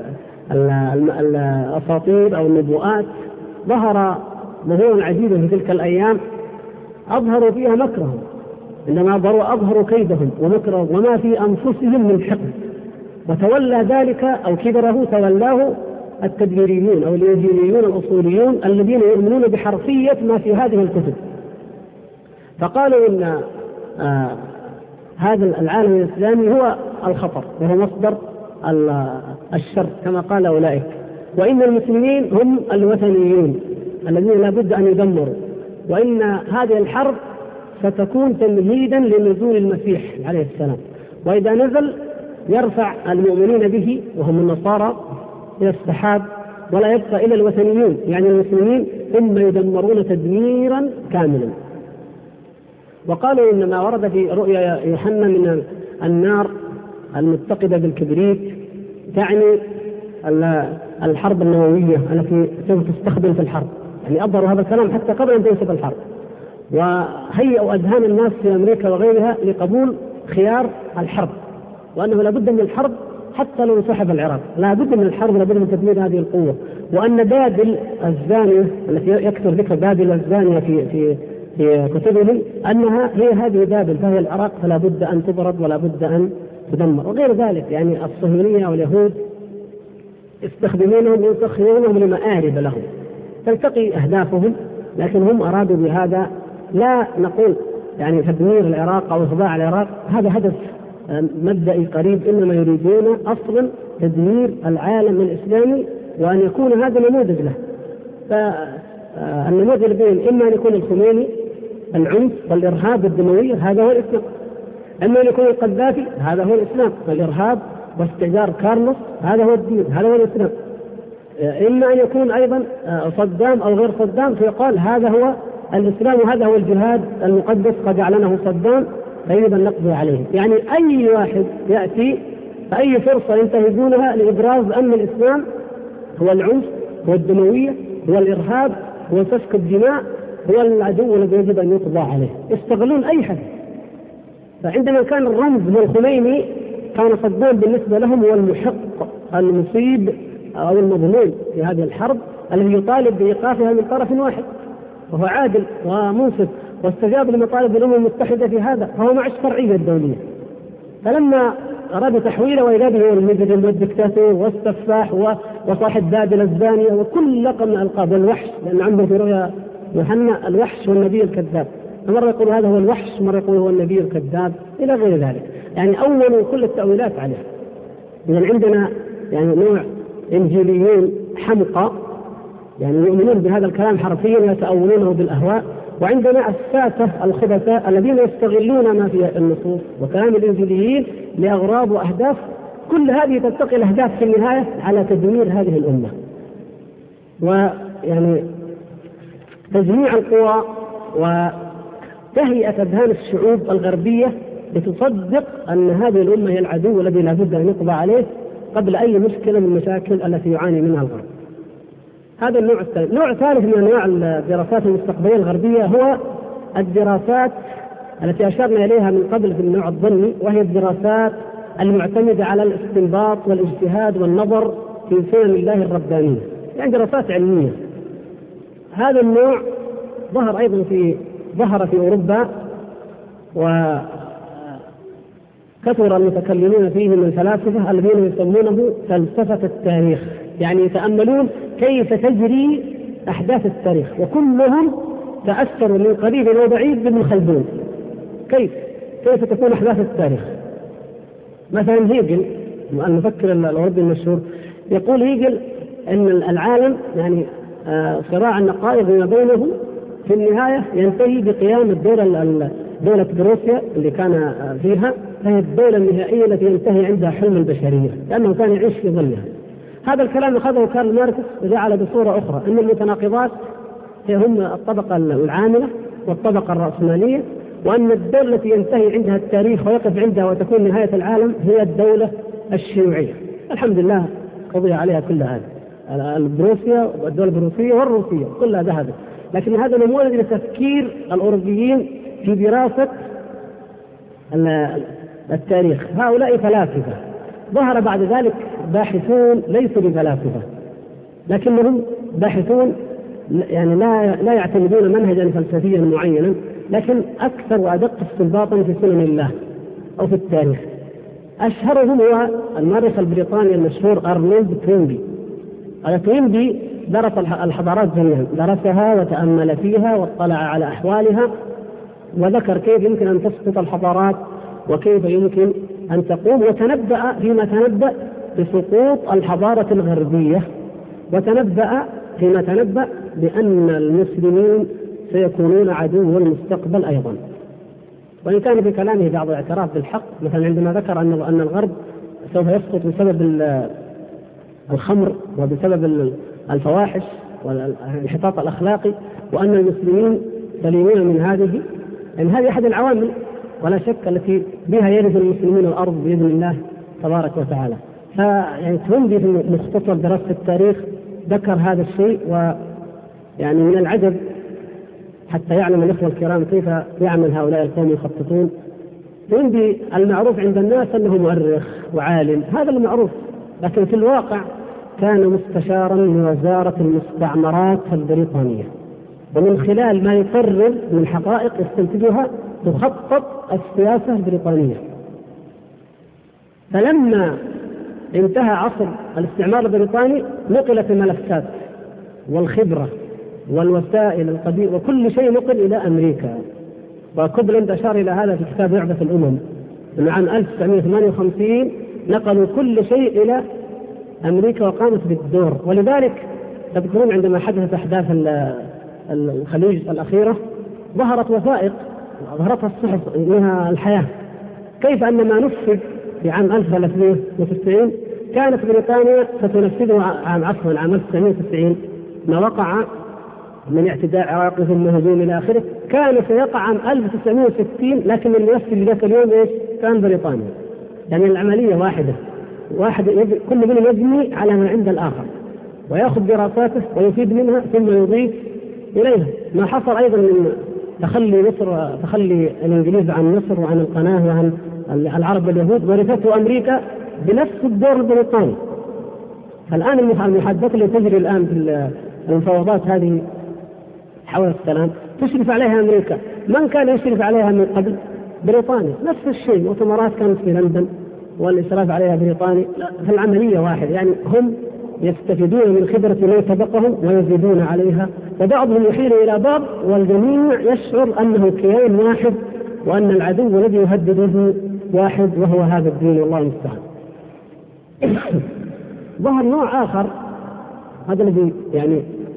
الأساطير أو النبوءات، ظهر ظهور عديد في تلك الأيام أظهروا فيها مكرهم، عندما أظهروا كيدهم ومكرهم وما في أنفسهم من حقد، وتولى ذلك أو كبره تولاه التدبيريون أو الإنجيليون الأصوليون الذين يؤمنون بحرفية ما في هذه الكتب، فقالوا إن هذا العالم الإسلامي هو الخطر وهو مصدر الشر كما قال أولئك، وإن المسلمين هم الوثنيون الذين لا بد أن يدمروا، وإن هذه الحرب ستكون تمهيدا لنزول المسيح عليه السلام، وإذا نزل يرفع المؤمنين به وهم النصارى إلى السحاب ولا يبقى إلا الوثنيون، يعني المسلمين ثم يدمرون تدميرا كاملا. وقالوا إن ما ورد في رؤيا يوحنا من النار المتقدة بالكبريت تعني الحرب النووية التي سوف تستخدم في الحرب، يعني أظهروا هذا الكلام حتى قبل أن تنشب الحرب، وهيئوا أذهان الناس في أمريكا وغيرها لقبول خيار الحرب، وأنه لابد من الحرب حتى لو انسحب العراق، لابد من الحرب، لابد من تدمير هذه القوة، وأن بابل الزانية التي يكثر ذكر بابل الزانية في كتبهم أنها هي هذه بابل، فهي العراق، فلا بد أن تضرب ولا بد أن تدمر، وغير ذلك. يعني الصهيونية واليهود يستخدمونهم ويسخرونهم لمآرب لهم تلتقي أهدافهم، لكن هم أرادوا بهذا لا نقول يعني تدمير العراق أو إخضاع العراق، هذا هدف مبدئي قريب، إنما يريدون أصلا تدمير العالم الإسلامي وأن يكون هذا نموذج له. فالنموذج البين إما أن يكون الخميني العنف والإرهاب الدموي، هذا هو الإسلام، أما أن يكون القذافي هذا هو الإسلام، الإرهاب واستعجار كارلوس هذا هو الدين، هذا هو الإسلام، إما أن يكون أيضا صدام أو غير صدام فيقال هذا هو الإسلام وهذا هو الجهاد المقدس قد أعلنه صدام فيجب أن نقضي عليه. يعني أي واحد يأتي فأي فرصة ينتهزونها لإبراز أن الإسلام هو العنف هو الدموية هو الإرهاب هو سفك الدماء هو العدو الذي يجب أن يقضى عليه، يستغلون أي حد. فعندما كان الرمز هو الخميني كان صدام بالنسبة لهم هو المحق المصيب أو المظلوم في هذه الحرب الذي يطالب بإيقافها من طرف واحد، وهو عادل ومنصف واستجاب لمطالب الأمم المتحدة في هذا، فهو مع الشرعية الدولية. فلما أراد تحويله وإذا به هو المجرم والدكتاتور والسفاح وصاحب بابل الزانية وكل لقب من الألقاب والوحش، لأن عنده في رؤيا يوحنا الوحش والنبي الكذاب، مرة يقول هذا هو الوحش، مرة يقول هو النبي الكذاب، إلى غير ذلك. يعني أولوا كل التأويلات عليه. إذن عندنا يعني نوع إنجيليين حمقى، يعني يؤمنون بهذا الكلام حرفيا ويتأولونه بالأهواء، وعندنا الساسة الخبثاء الذين يستغلون ما في النصوص وكلام الإنجيليين لأغراض وأهداف، كل هذه تتقي الأهداف في النهاية على تدمير هذه الأمة. ويعني تجميع القوى وتهيئة أذهان الشعوب الغربية لتصدق أن هذه الأمة هي العدو الذي لا بد أن يقضى عليه قبل أي مشكلة من المشاكل التي يعاني منها الغرب. هذا النوع الثالث. نوع ثالث من أنواع الدراسات المستقبلية الغربية هو الدراسات التي أشرنا إليها من قبل في النوع الظني، وهي الدراسات المعتمدة على الاستنباط والاجتهاد والنظر في سنن الله الربانية، يعني دراسات علمية. هذا النوع ظهر في أوروبا، وكثر المتكلمين فيه من الفلاسفة الذين يسمونه فلسفة التاريخ، يعني يتأملون كيف تجري أحداث التاريخ، وكلهم تأثروا من قريب وبعيد بابن خلدون. كيف تكون أحداث التاريخ؟ مثلا هيجل المفكر الأوروبي المشهور يقول هيجل أن العالم يعني صراع النقائض ما بينه في النهاية ينتهي بقيام دولة بروسيا اللي كان فيها، فهي الدولة النهائية التي ينتهي عندها حلم البشرية، لأنه كان يعيش في ظلها. هذا الكلام أخذه كارل ماركس وجعل بصورة أخرى أن المتناقضات هم الطبقة العاملة والطبقة الرأسمالية، وأن الدولة التي ينتهي عندها التاريخ ويقف عندها وتكون نهاية العالم هي الدولة الشيوعية. الحمد لله قضي عليها كل هذا، البروسيا والدولة البروسية والروسية كلها ذهبت، لكن هذا نموذج لتفكير الأوروبيين في دراسة التاريخ. هؤلاء فلاسفة. ظهر بعد ذلك باحثون ليسوا بفلاسفة لكنهم باحثون، يعني لا يعتمدون منهجا فلسفيا معينا، لكن أكثر وأدق استنباطا في سنن الله أو في التاريخ. أشهرهم هو المؤرخ البريطاني المشهور أرنولد توينبي. توينبي درس الحضارات جميعا، درسها وتأمل فيها واطلع على أحوالها، وذكر كيف يمكن أن تسقط الحضارات وكيف يمكن أن تقوم، وتنبأ فيما تنبأ بسقوط الحضارة الغربية، وتنبأ فيما تنبأ بأن المسلمين سيكونون عدو المستقبل أيضا. وإن كان في كلامه بعض الاعتراف بالحق، مثلا عندما ذكر أن الغرب سوف يسقط بسبب الخمر وبسبب الفواحش والانحطاط الأخلاقي، وأن المسلمين سليمون من هذه، يعني هذه أحد العوامل ولا شك التي بها يرث المسلمين الأرض بإذن الله تبارك وتعالى. فيعني توينبي في مختصر دراسة التاريخ ذكر هذا الشيء، ويعني من العجب حتى يعلم الإخوة الكرام كيف يعمل هؤلاء القوم يخططون. توينبي المعروف عند الناس أنه مؤرخ وعالم، هذا المعروف، لكن في الواقع كان مستشارا لوزارة المستعمرات البريطانية، ومن خلال ما يقرر من حقائق يستنتجها تخطط السياسة البريطانية. فلما انتهى عصر الاستعمار البريطاني نقلت الملفات والخبرة والوسائل القديمة وكل شيء نقل إلى أمريكا. وكوبلند أشار إلى هذا في كتاب لعبة الأمم، أن عام 1958 نقلوا كل شيء إلى أمريكا وقامت بالدور. ولذلك تذكرون عندما حدثت أحداث الخليج الأخيرة ظهرت وثائق، ظهرتها الصحف منها الحياة، كيف أن ما نفذ في عام 1390 كانت بريطانيا ستنفذه عام 1990. ما وقع من اعتداء عراقي ثم هجوم إلى آخره كان سيقع عام 1960، لكن اللي يفعل ذاك اليوم إيش؟ كان بريطانيا. يعني العملية واحد كل منهم يبني على ما عند الآخر ويأخذ دراساته ويفيد منها ثم يضيف إليها. ما حصل أيضا من تخلي الإنجليز عن مصر وعن القناة وعن العرب واليهود، ورثته أمريكا بنفس الدور البريطاني. فالآن المحادثات اللي تجري الآن في المفاوضات هذه حول السلام تشرف عليها أمريكا. من كان يشرف عليها من قبل؟ بريطانيا. نفس الشيء، مؤتمرات كانت في لندن والإشراف عليها بريطاني. فالعملية واحد، يعني هم يستفيدون من خبرة من سبقهم ويزيدون عليها، وبعضهم يحيل إلى بعض، والجميع يشعر أنه كيان واحد وأن العدو الذي يهدده واحد وهو هذا الدين، والله المستعان. ظهر نوع آخر، هذا الذي يعني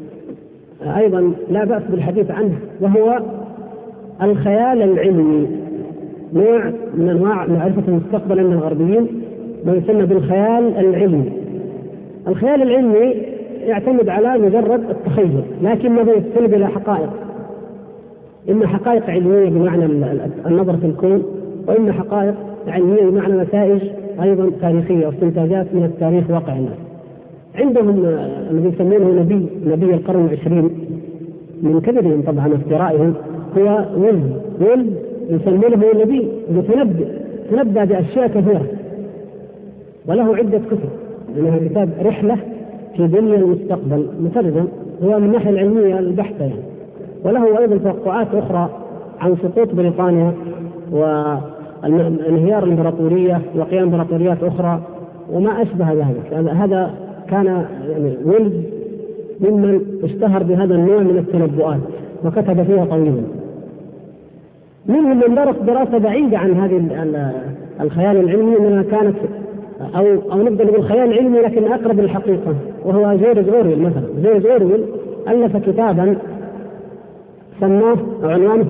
أيضا لا بأس بالحديث عنه، وهو الخيال العلمي، نوع من أنواع معرفة المستقبل عند الغربيين، ما يسمى بالخيال العلمي. الخيال العلمي يعتمد على مجرد التخيل، لكنه يستند إلى حقائق، إما حقائق علمية بمعنى النظر في الكون، وإما حقائق علمية بمعنى نتائج أيضا تاريخية واستنتاجات من التاريخ واقع الناس. عندهم الذي يسمونه نبي القرن العشرين، من كذبهم طبعا وافترائهم، هو ولد يسمونه نبي متنبئ، تنبأ بأشياء كثيرة، وله عدة كتب، منها كتاب رحلة في دنيا المستقبل مترجم، هو من الناحية العلمية البحثة يعني. وله أيضا توقعات أخرى عن سقوط بريطانيا وانهيار الإمبراطورية وقيام إمبراطوريات أخرى وما أشبه ذلك. هذا كان يعني ولد ممن اشتهر بهذا النوع من التنبؤات وكتب فيها طويلا. منهم من درس دراسة بعيدة عن هذه الخيال العلمي، منها كانت أو نقدر نقول خيال علمي لكن أقرب للحقيقة، وهو جورج أورويل مثلا. جورج أورويل ألف كتابا سماه عنوانه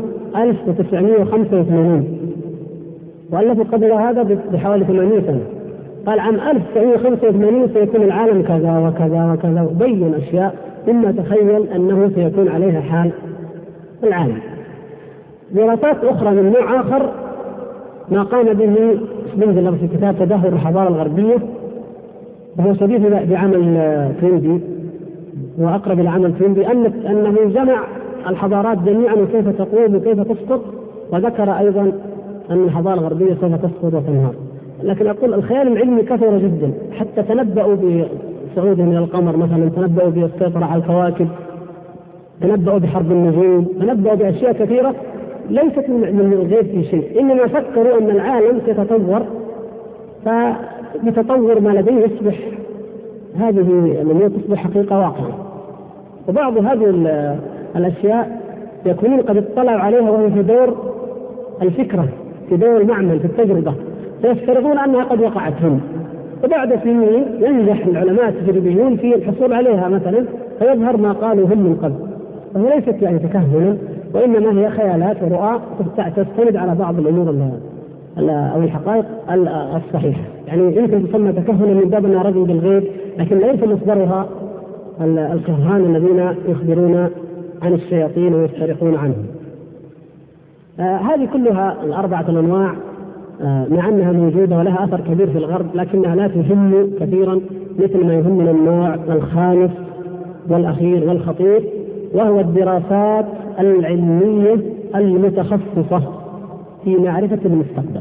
1985، وألف قبل هذا بحوالي 80 سنة. قال عام 1985 سيكون العالم كذا وكذا وكذا، وبين أشياء مما تخيل أنه سيكون عليها حال العالم. دراسات أخرى من نوع آخر ما قام به سبنزلر في كتاب تدهور الحضارة الغربية، وهو شبيه بعمل توينبي وأقرب إلى عمل توينبي، أنه جمع الحضارات جميعا وكيف تقوم وكيف تسقط، وذكر أيضا أن الحضارة الغربية سوف تسقط وتنهار. لكن أقول الخيال العلمي كثر جدا، حتى تنبأوا بصعودهم إلى القمر مثلا، تنبأوا بالسيطرة على الكواكب، تنبأوا بحرب النجوم، تنبأوا بأشياء كثيرة ليست من الغيب في شيء، إنما فكروا أن العالم سيتطور، فبتطور ما لديه يصبح هذه الأمور تصبح حقيقة واقعة. وبعض هذه الأشياء يكونون قد اطلعوا عليها وهي في دور الفكرة، في دور المعمل، في التجربة، فيفترضون أنها قد وقعت هم، وبعد سنين ينجح العلماء التجريبيون في الحصول عليها مثلا، فيظهر ما قالوا هم من قبل. وهي ليست يعني تكهنا، وإنما هي خيالات ورؤى تستند على بعض الأمور أو الحقائق الصحيحة. يعني يمكن تسمى تكهنا من باب أنها رجل بالغيب، لكن ليس مصدرها الكهان الذين يخبرون عن الشياطين ويسترقون عنهم. هذه كلها الأربعة الأنواع مع أنها موجودة ولها أثر كبير في الغرب، لكنها لا تهم كثيرا مثل ما يهمنا النوع الخامس والأخير والخطير، وهو الدراسات العلمية المتخصصة في معرفة المستقبل.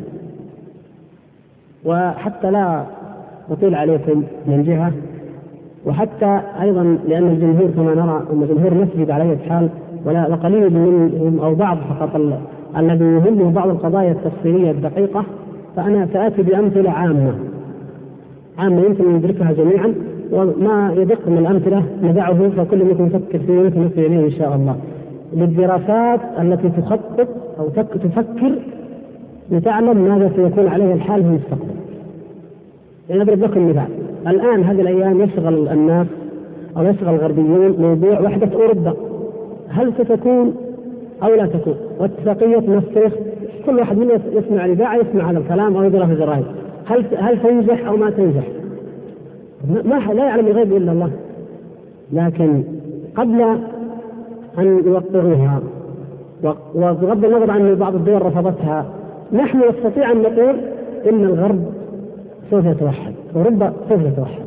وحتى لا أطيل عليكم من جهة، وحتى أيضا لأن الجمهور كما نرى أن الجمهور مسجد على أي حال، وقليل منهم أو بعض فقط الذي يهمه بعض القضايا التفصيلية الدقيقة، فأنا سآتي بأمثلة عامة يمكن ندركها جميعا، وما يدق من الأمثلة ندعه فكل منكم يفكر فيه ويمكن إن شاء الله، للدراسات التي تخطط أو تفكر لتعلم ماذا سيكون عليه الحال في المستقبل. يعني أضرب لكم مثال. الآن هذه الأيام يشغل الناس أو يشغل الغربيون موضوع وحدة أوروبا، هل ستكون أو لا تكون، واتفاقية ماستريخت، كل واحد منا يسمع الإذاعة يسمع هذا الكلام أو يقرأ في الجرائد، هل تنجح أو ما تنجح؟ لا يعلم الغيب إلا الله. لكن قبل أن يوقعوها وبغض النظر عن أن بعض الدول رفضتها، نحن نستطيع أن نقول إن الغرب سوف يتوحد، أوروبا سوف تتوحد.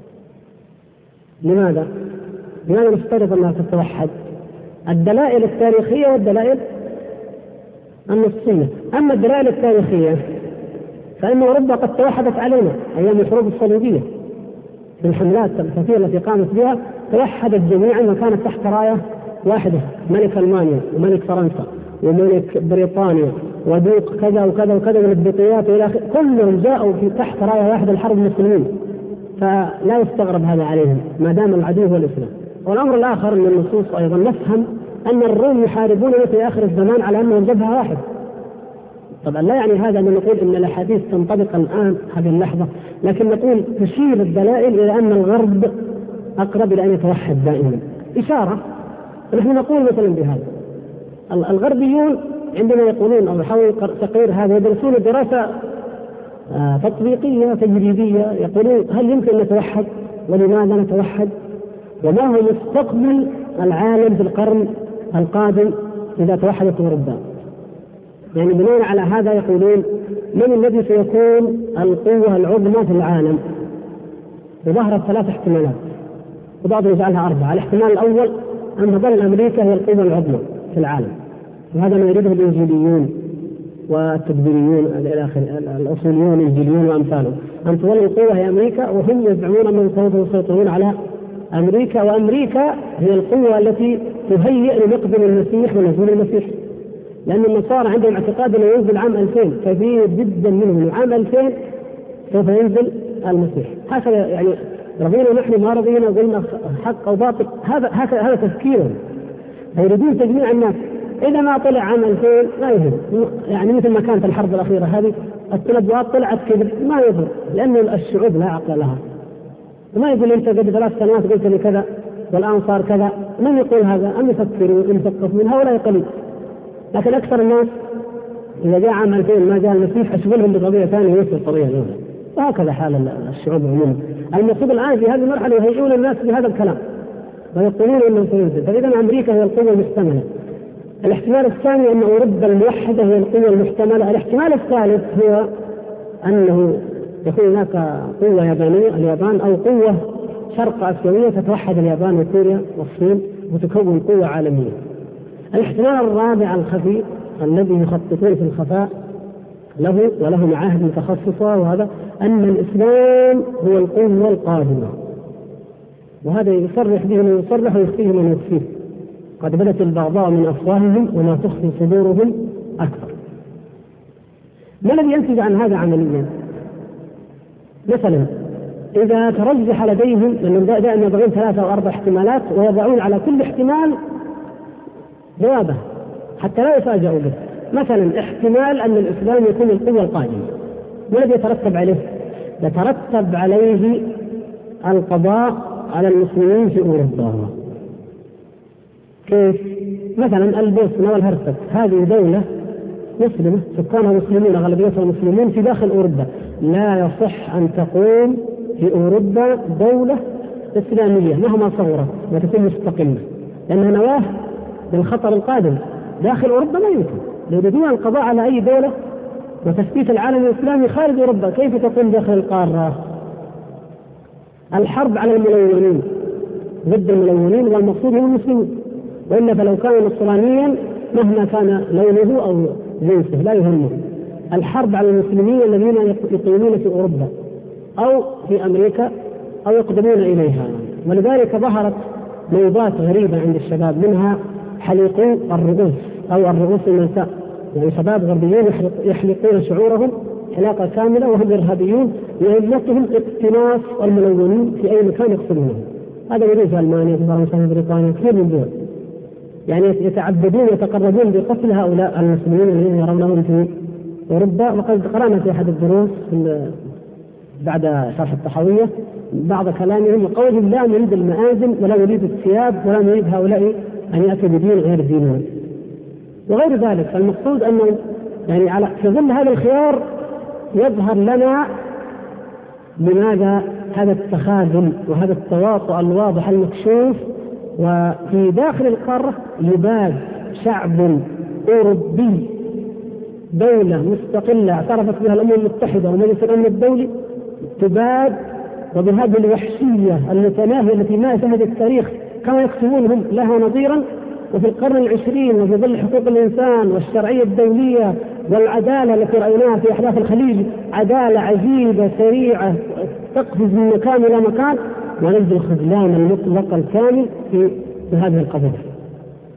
لماذا نفترض أنها تتوحد؟ الدلائل التاريخية والدلائل النصية. أما الدلائل التاريخية فإن أوروبا قد توحدت علينا أيام الحروب الصليبية، في الحملات الكثيرة التي قامت بها توحدت جميعا وكانت تحت راية واحدة، ملك ألمانيا وملك فرنسا وملك بريطانيا ودوق كذا وكذا وكذا من الدقيات إلى آخره، كلهم جاءوا في تحت راية واحدة الحرب المسلمين، فلا يستغرب هذا عليهم ما دام العدو هو الإسلام. والأمر الآخر من النصوص أيضا نفهم أن الروم يحاربون في آخر الزمان على أنهم جبهة واحد. طبعا لا يعني هذا أن نقول أن الأحاديث تنطبق الآن هذه اللحظة، لكن نقول تشير الدلائل إلى أن الغرب أقرب إلى أن يتوحد دائما. إشارة نحن نقول مثلا بهذا، الغربيون عندما يقولون أو يحاولوا تقرير هذا يدرسون دراسة تطبيقية تجريبية، يقولون هل يمكن أن نتوحد ولماذا نتوحد وما هو مستقبل العالم في القرن القادم إذا توحدت أوروبا. يعني بناء على هذا يقولون من الذي سيكون القوة العظمى في العالم؟ وظهرت 3 احتمالات وبعضهم يجعلها 4. الاحتمال الأول أن تظل أمريكا هي القوة العظمى في العالم، وهذا ما يريده الإنجيليون والتدبيريون الأصوليون الإنجيليون وأمثالهم، أن تظل القوة هي أمريكا، وهم يزعمون أنهم سوف يسيطرون على أمريكا، وأمريكا هي القوة التي تهيئ لمقدم المسيح ونزول المسيح. لأن النصارى عندهم اعتقاد أنه ينزل عام 2000، كثير جدا منهم عام 2000 سوف ينزل المسيح. هكذا يعني رضينا نحن ما رضينا، قلنا حق أو باطل، هذا تفكيرهم، فيريدون تجميع الناس. إذا ما طلع عام 2000 لا يهم، يعني مثل ما كانت الحرب الأخيرة هذه التنبؤات طلعت كذب ما يضر، لأن الشعوب لا عقل لها. وما يقول أنت قبل 3 سنوات قلت لي كذا والآن صار كذا، من يقول هذا؟ أم يفكروا يثقفون هؤلاء قليل. لكن أكثر الناس إذا جاء عام 2000 ما جاء المسيح أشغلهم بقضية ثانية ويصل القضية الأولى، وهكذا حال الشعوب عموما. المقصود الآن في هذه المرحلة يهيئون الناس بهذا الكلام ويقولون أنه سينزل. فإذا أمريكا هي القوة المحتملة. الاحتمال الثاني أن أوروبا الموحدة هي القوة المحتملة. الاحتمال الثالث هو أنه يكون هناك قوة يابانية اليابان، أو قوة شرق آسيوية تتوحد اليابان وكوريا والصين وتكون قوة عالمية. الاحتمال الرابع الخفي الذي يخططون في الخفاء له وله معاهد متخصصة، وهذا أن الإسلام هو القوة القادمة، وهذا يصرح به من يصرح ويخفيه من يخفيه. قد بدت البغضاء من أفواههم وما تخفي صدورهم أكبر. ما الذي ينتج عن هذا عمليا؟ مثلا إذا ترجح لديهم، لأنهم دائما يضعون 3 أو 4 احتمالات ويضعون على كل احتمال جوابه حتى لا يفاجئوا به. مثلا احتمال أن الإسلام يكون القوة القادمة، ما الذي يترتب عليه؟ يترتب عليه القضاء على المسلمين في أوروبا. كيف؟ مثلا البوسنة والهرسك هذه دولة مسلمة، سكانها مسلمون، غالبيتها مسلمون في داخل أوروبا. لا يصح أن تقوم في أوروبا دولة إسلامية مهما صغرت وتكون مستقلة، لأنها نواة للخطر القادم داخل أوروبا. لا يمكن بدون القضاء على أي دولة وتثبيت العالم الإسلامي خارج أوروبا، كيف تقوم داخل القارة؟ الحرب على الملونين ضد الملونين، والمقصود هم المسلمون، وإلا فلو كان نصرانيا مهما كان لونه أو جنسه لا يهمه. الحرب على المسلمين الذين يقيمون في أوروبا أو في أمريكا أو يقدمون إليها. ولذلك ظهرت موضات غريبة عند الشباب، منها حليقو الرؤوس أو الرؤوس الملتاء، يعني شباب غربيين يحلقون شعورهم حلاقة كاملة وهم إرهابيون، مهمتهم اقتناص الملونين في أي مكان يقصدونه. هذا يوجد في ألمانيا في فرنسا في بريطانيا كثير من الدول، يعني يتعبدون ويتقربون بقتل هؤلاء المسلمين الذين يرونهم في أوروبا. وقد قرأنا في أحد الدروس بعد شرح الطحاوية بعض كلامهم وقولهم لا نريد المآذن ولا نريد الثياب ولا نريد هؤلاء أن يأتوا بدين غير دينهم وغير ذلك. فالمقصود أنه يعني في ظل هذا الخيار يظهر لنا لماذا هذا التخاذل وهذا التواطؤ الواضح المكشوف. وفي داخل القارة يباد شعب أوروبي دولة مستقلة اعترفت بها الأمم المتحدة ومجلس الأمن الدولي تباد، وبهذه الوحشية المتناهية التي ما شهد التاريخ كما يكتبونهم لها نظيرا. وفي القرن العشرين وفي ظل حقوق الإنسان والشرعية الدولية والعدالة التي رأيناها في أحداث الخليج، عدالة عجيبة سريعة تقفز من مكان إلى مكان، ونجد الخذلان المطلق الكامل في هذه القضية.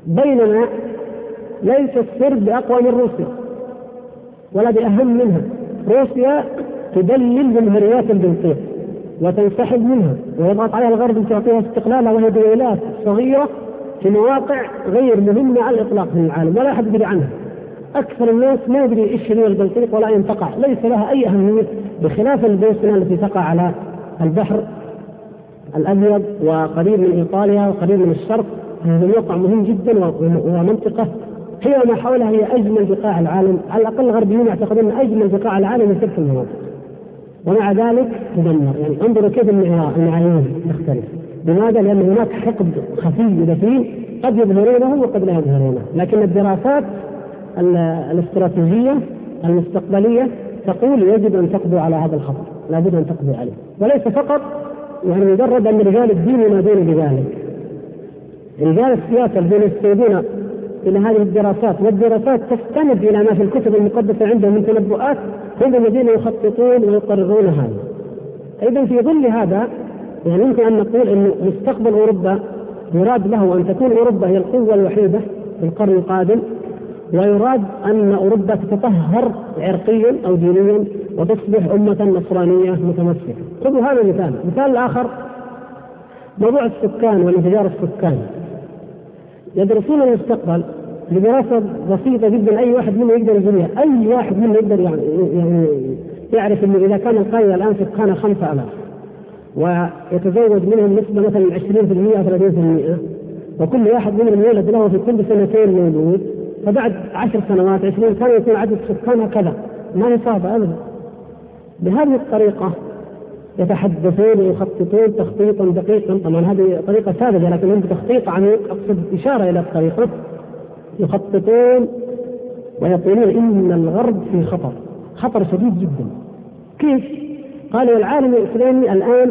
بينما ليس الصرب أقوى من روسيا ولا بأهم منها. روسيا تدلل جمهوريات البلقيق وتنسحب منها ويضغط عليها الغرب لتعطيها استقلالها، وهي دويلات صغيرة في مواقع غير مهمة على الإطلاق في العالم ولا أحد يدري عنها. أكثر الناس ما يدري إيش هي البلقيق ولا أين تقع، ليس لها أي أهمية، بخلاف البوسنة التي تقع على البحر الأبيض وقريب من إيطاليا وقريب من الشرق. هذا موقع مهم جدا ومنطقة هي ما حولها هي أجمل بقاع العالم، على الأقل الغربيين يعتقدون أن أجمل بقاع العالم في تلك المناطق، ومع ذلك تدمر. يعني انظروا كيف المعايير تختلف. لماذا؟ لأن هناك حقد خفي دفين قد يظهرونه وقد لا يظهرونه، لكن الدراسات الاستراتيجية المستقبلية تقول يجب أن تقضوا على هذا الخطر، لابد أن تقضوا عليه، وليس فقط يعني مجرد أن رجال الدين ينادون بذلك. رجال السياسة الذين يستندون إلى هذه الدراسات، والدراسات تستند إلى ما في الكتب المقدسة عندهم من تنبؤات، هم الذين يخططون ويقررون هذا. أيضا في ظل هذا يعني يمكن أن نقول أن مستقبل أوروبا يراد له أن تكون أوروبا هي القوة الوحيدة في القرن القادم، ويراد أن أوروبا تتطهر عرقيا أو دينيا وتصبح أمة نصرانية متمسكة. خذوا هذا المثال. مثال الآخر موضوع السكان وانفجار السكان. يدرسون المستقبل بدراسة بسيطة جدا، أي واحد منهم يقدر يجريها، أي واحد منهم يقدر يعني يعرف أنه إذا كان القرية الآن سكانها 5000 ويتزوج منهم نسبة مثلا 20% أو 30%، وكل واحد منهم يولد له في كل سنتين مولود، فبعد 10 سنوات 20 كان يكون عدد سكانها كذا، ما يصاب أبدا. بهذه الطريقة يتحدثون ويخططون تخطيطا دقيقا. طبعا هذه طريقة ساذجة لكن هم تخطيط عميق، أقصد إشارة إلى الطريقة. يخططون ويقولون إن الغرب في خطر شديد جدا. كيف؟ قالوا العالم الإسلامي الآن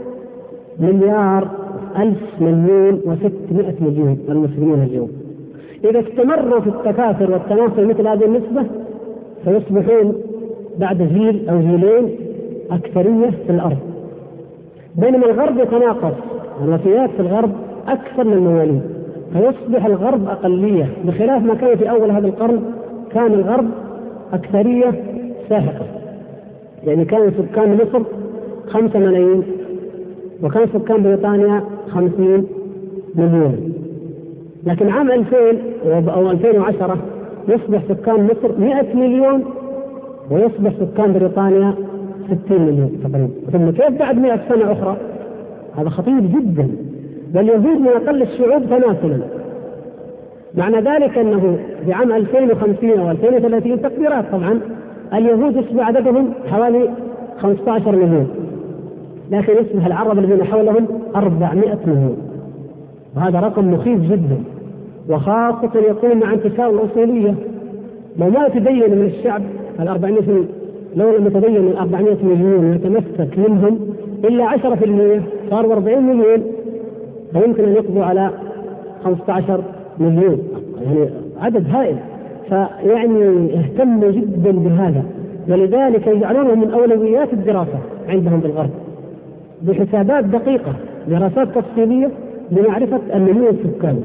1,000,000,000,600,000,000 المسلمين اليوم. إذا استمروا في التكاثر والتناصر مثل هذه النسبة فيصبحون بعد جيل أو جيلين أكثرية في الأرض، بينما الغرب يتناقص، الوفيات في الغرب أكثر من المواليد، فيصبح الغرب أقلية، بخلاف ما كان في أول هذا القرن. كان الغرب أكثرية ساحقة، يعني كان سكان مصر 5 ملايين، وكان سكان بريطانيا 50 مليون. لكن عام 2000 أو 2010 يصبح سكان مصر 100 مليون، ويصبح سكان بريطانيا 60 مليون تقريبا. ثم كيف بعد 100 سنة أخرى؟ هذا خطير جدا، بل يزيد من أقل الشعوب تماثلا. معنى ذلك أنه في عام 2050 أو 2030 تقديرات طبعا اليهود يصبح عددهم حوالي 15 مليون، لكن يصبح العرب الذين حولهم 400 مليون، وهذا رقم مخيف جدا، وخاصة يكون مع انتشار الأصولية. لو ما يتبين من الشعب 400 مليون، لو لم يتبين من 400 مليون يتمسك منهم إلا 10%، صار 40 مليون، فيمكن أن يقضوا على 15 مليون، يعني عدد هائل. فيعني اهتموا جدا بهذا، ولذلك يجعلونه من أولويات الدراسة عندهم بالغرب بحسابات دقيقة، دراسات تفصيلية لمعرفة النمو السكاني.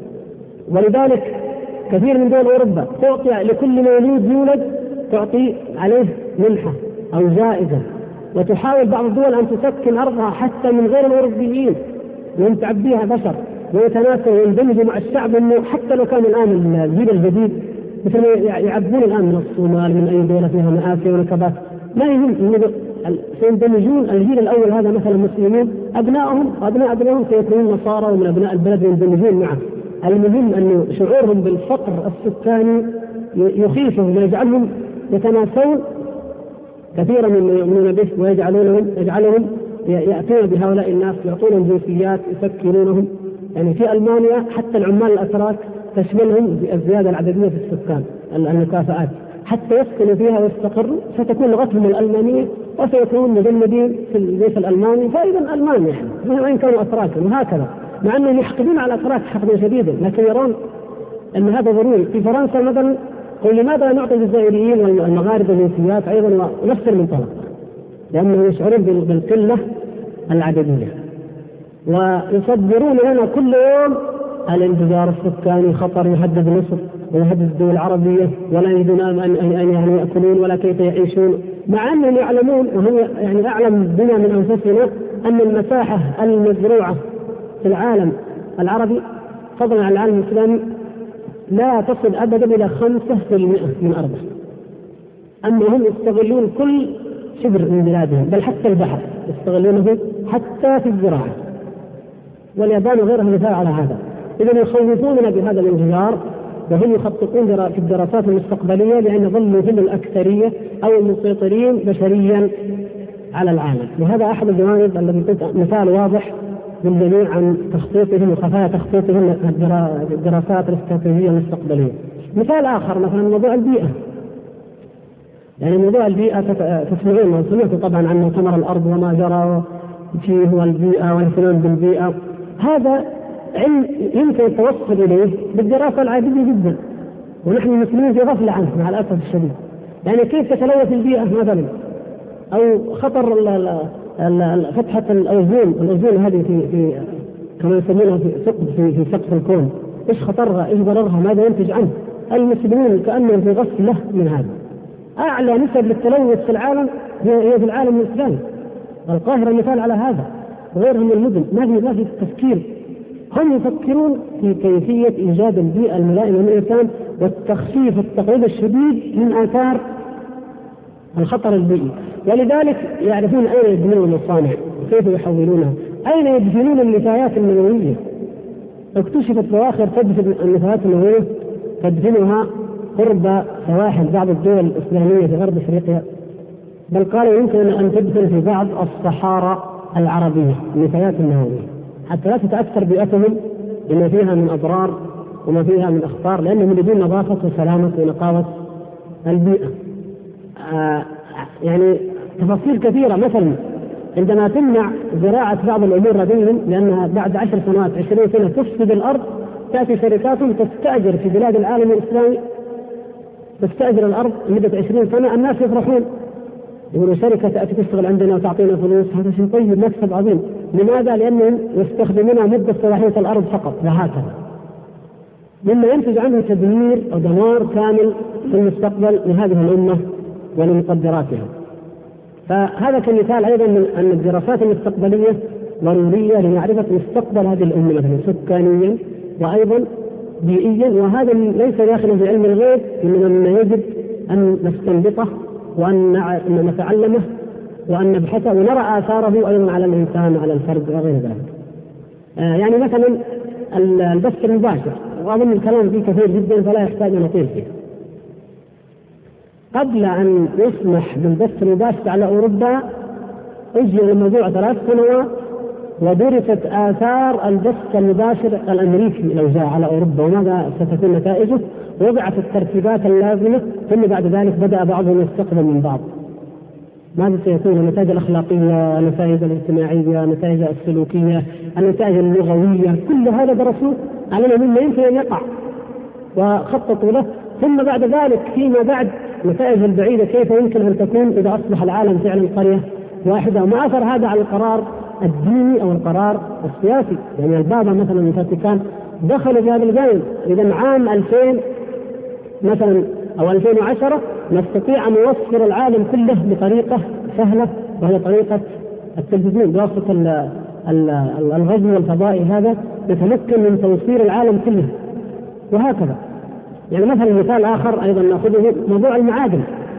ولذلك كثير من دول أوروبا تعطي لكل مولود يولد تعطي عليه منحة أو جائزة، وتحاول بعض الدول أن تسكن أرضها حتى من غير الأوروبيين وأن تعبيها بشر ويتناسوا ويندمجوا مع الشعب، إنه حتى لو كان الآن الجيل الجديد مثل يعبون الآن من الصومال من أي دولة فيها مآسي ونكبات، ما يهم، سيندمجون. الجيل الأول هذا مثلا المسلمين أبنائهم وأبناء أبنائهم سيكونون نصارى ومن أبناء البلد يندمجون معه. المهم أن شعورهم بالفقر السكاني يخيفهم ويجعلهم يتناسون كثيرا مما يؤمنون به، ويجعلهم يأتون بهؤلاء الناس يعطونهم جنسيات يسكنونهم. يعني في ألمانيا حتى العمال الأتراك تشملهم الزيادة العددية في السكان، المكافآت حتى يسكنوا فيها ويستقروا، ستكون لغتهم الألمانية وسيكونون مجندين في الجيش الألماني، فإذا ألمانيا وإن كانوا أتراكا، وهكذا. مع أنهم يحقدون على الأتراك حقدا شديدا، لكن يرون أن هذا ضروري. في فرنسا مثلا قل لماذا نعطي الجزائريين والمغاربة جنسيات أيضا ونفس المنطلق، لأنهم يشعرون بالقلة العددية، ويصدرون لنا كل يوم الانفجار السكاني خطر يهدد مصر ويهدد الدول العربية، ولا يجدون أن يعني يأكلون ولا كيف يعيشون، مع أنهم يعلمون وهم يعني أعلم بنا من أنفسنا أن المساحة المزروعة في العالم العربي فضلا عن العالم الإسلامي لا تصل أبدا إلى 5% من أرضه، أما هم يستغلون كل شبر من بلادهم، بل حتى البحر يستغلونه حتى في الزراعة، واليابان وغيرها مثال على هذا. إذا يخوفوننا بهذا الانفجار، وهم يخططون في الدراسات المستقبلية لأن ظلوا هم الأكثرية أو المسيطرين بشريا على العالم. وهذا أحد الجوانب التي مثال واضح للجميع عن تخطيطهم وخفايا تخطيطهم الدراسات الاستراتيجية المستقبلية. مثال آخر مثلا موضوع البيئة، يعني موضوع البيئة تسمعون وسمعتوا طبعا عن مؤتمر الأرض وما جرى فيه والبيئة والاهتمام بالبيئة. هذا علم يمكن التوصل إليه بالدراسة العادية جدا، ونحن المسلمين في غفلة عنه مع الأسف الشديد. يعني كيف تتلوث البيئة مثلا، أو خطر فتحة الأوزون هذه في كما يسمونها في سقف الكون، إيش خطرها، إيش ضررها، ماذا ينتج عنه؟ المسلمين كأنهم في غفلة من هذا. أعلى نسب للتلوث في العالم هي في العالم الإسلامي، القاهرة مثال على هذا وغيرها من المدن. ما في تفكير، هم يفكرون في كيفية إيجاد البيئة الملائمة للإنسان والتخفيف التقليد الشديد من آثار الخطر البيئي. ولذلك يعرفون أين يبنون المصانع وكيف يحولونها، أين يدفنون النفايات النووية. اكتشفت بواخر تدفن النفايات النووية تدفنها قرب سواحل بعض الدول الإسلامية في غرب أفريقيا، بل قالوا يمكن أن تدفن في بعض الصحارى العربية النفايات النووية حتى لا تتأثر بيئتهم بما فيها من أضرار وما فيها من أخطار، لأنهم يريدون نظافة وسلامة ونقاوة البيئة. يعني تفاصيل كثيرة، مثلا عندما تمنع زراعة بعض الأمور رديئا لأنها بعد 10 سنوات 20 سنة تفسد الأرض، تأتي شركات تستأجر في بلاد العالم الإسلامي، تستأجر الأرض لمدة 20 سنة. الناس يفرحون، يقولوا شركة تأتي تشتغل عندنا وتعطينا فلوس، هذا شيء طيب، مكسب عظيم. لماذا؟ لأنهم يستخدمون مدة صلاحية الأرض فقط، وهكذا مما ينتج عنه تدمير أو دمار كامل في المستقبل لهذه الأمة ولمقدراتها. فهذا كمثال أيضا من أن الدراسات المستقبلية ضرورية لمعرفة مستقبل هذه الأمة مثلا سكانيا وأيضا بيئيا، وهذا ليس داخلا في علم الغيب، إنما يجب أن نستنبطه وأن نتعلمه وأن نبحثه ونرى آثاره أيضا على الإنسان وعلى الفرد وغير ذلك. يعني مثلا البث المباشر، وأظن الكلام فيه كثير جدا فلا يحتاج أن نطيل فيه. قبل أن يسمح بالبث المباشر على أوروبا أجري الموضوع 3 سنوات ودرست آثار البث المباشر الأمريكي لو جاء على أوروبا وماذا ستكون نتائجه، وضعت الترتيبات اللازمة، ثم بعد ذلك بدأ بعضهم يستقبل من بعض. ماذا سيكون النتائج الأخلاقية، النتائج الاجتماعية، النتائج السلوكية، النتائج اللغوية، كل هذا درسوه على مما يمكن أن يقع وخططوا له. ثم بعد ذلك فيما بعد النتائج البعيدة كيف يمكن أن تكون إذا أصبح العالم فعلا قرية واحدة، وما أثر هذا على القرار الديني أو القرار السياسي. يعني البابا مثلا من الفاتيكان دخلوا في هذا الجانب. إذا عام 2000 مثلا أو 2010 نستطيع أن نوصل العالم كله بطريقة سهلة، وهي طريقة التلفزيون بواسطة الغزو الفضائي. هذا يتمكن من توصيل العالم كله وهكذا. يعني مثلا مثال آخر أيضا نأخذه موضوع المعادن.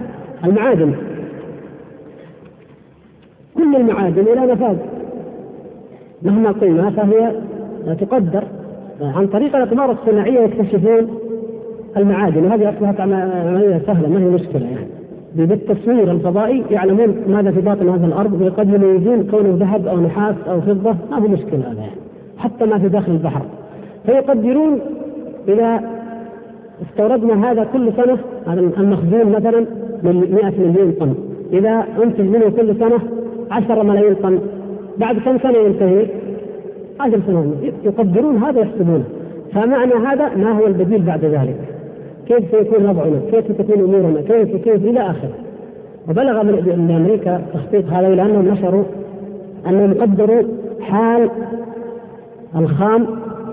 كل المعادن إلى نفاذ مهما قلنا فهي تقدر عن طريق الأقمار الصناعية يكتشفون المعادن، وهذه أصبحت عملية سهلة ما هي مشكلة. يعني بالتصوير الفضائي يعلمون ماذا في باطن هذه الأرض، وقد يميزون كونه ذهب أو نحاس أو فضة، ما هو مشكلة هذا يعني. حتى ما في داخل البحر فيقدرون إذا استوردنا هذا كل سنة، هذا المخزون مثلا من 100 مليون طن، إذا أنتج منه كل سنة 10 ملايين طن، بعد كم سنة ينتهي؟ 10 سنوات. يقدرون هذا يحسبونه. فمعنى هذا ما هو البديل بعد ذلك، كيف سيكون وضعنا، كيف تكون أمورنا، كيف إلى آخره. وبلغ من أمريكا تخطيط هذا إلى أنهم نشروا أنهم قدروا حال الخام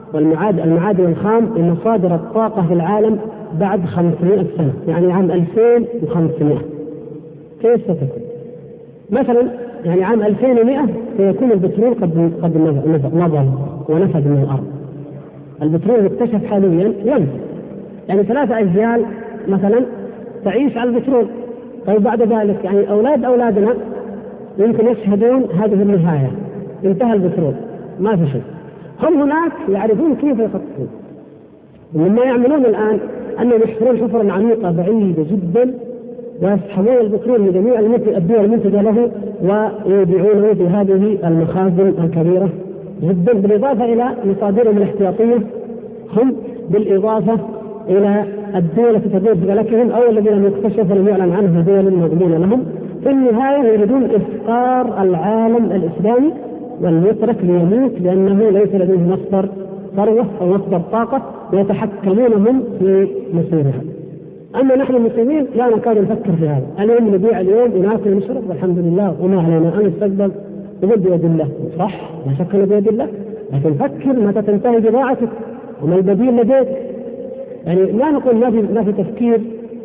المعادن الخام من مصادر الطاقة في العالم بعد 500 سنة، يعني عام 2500 كيف ستكون؟ مثلا يعني عام 2100 سيكون البترول قد نضل ونفذ من الأرض. البترول يكتشف حاليا ينفذ، يعني 3 أجيال مثلا تعيش على البترول. طيب بعد ذلك يعني أولادنا يمكن يشهدون هذه النهاية، انتهى البترول ما في شيء. هم هناك يعرفون كيف يخططون، ومما يعملون الآن أنهم يحفرون حفرا عميقة بعيدة جدا ويسحبون البترول من جميع الدول المنتجة له ويودعونه في هذه المخازن الكبيرة جدا، بالإضافة إلى مصادرهم الاحتياطية هم، بالإضافة إلى الدول التي تدور بملكهم أو الذين يكتشفوا ولم يعلن عنهم دول مظلومة لهم. في النهاية يريدون إفقار العالم الإسلامي واليترك ليموت، لأنه ليس لديه مصدر ثروة أو مصدر طاقة ويتحكمون هم في مصيرها. أما نحن المسلمين لا نكاد نفكر في هذا. اليوم نبيع اليوم وناكل ونشرب والحمد لله وما علينا، أن نستقبل بيد الله. صح، لا شك بيد الله، لكن فكر متى تنتهي بضاعتك وما البديل لديك. يعني لا نقول ما في تفكير،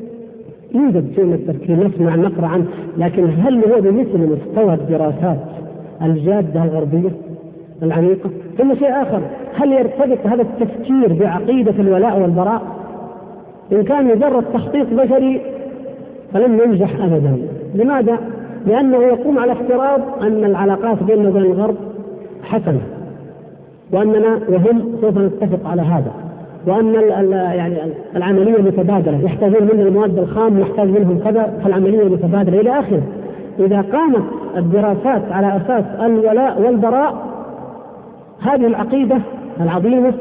يوجد شيء من التفكير نسمع نقرأ عنه، لكن هل هو بمثل مستوى الدراسات الجادة الغربية العميقة؟ ثم شيء آخر، هل يرتبط هذا التفكير بعقيدة الولاء والبراء؟ إن كان مجرد تخطيط بشري فلن ينجح أبدا. لماذا؟ لأنه يقوم على افتراض أن العلاقات بيننا وبين الغرب حسنة، وأننا وهم سوف نتفق على هذا، وأن يعني العملية متبادلة، يحتاجون منا المواد الخام نحتاج منهم كذا، فالعملية متبادلة إلى آخره. إذا قامت الدراسات على أساس الولاء والبراء، هذه العقيدة العظيمة،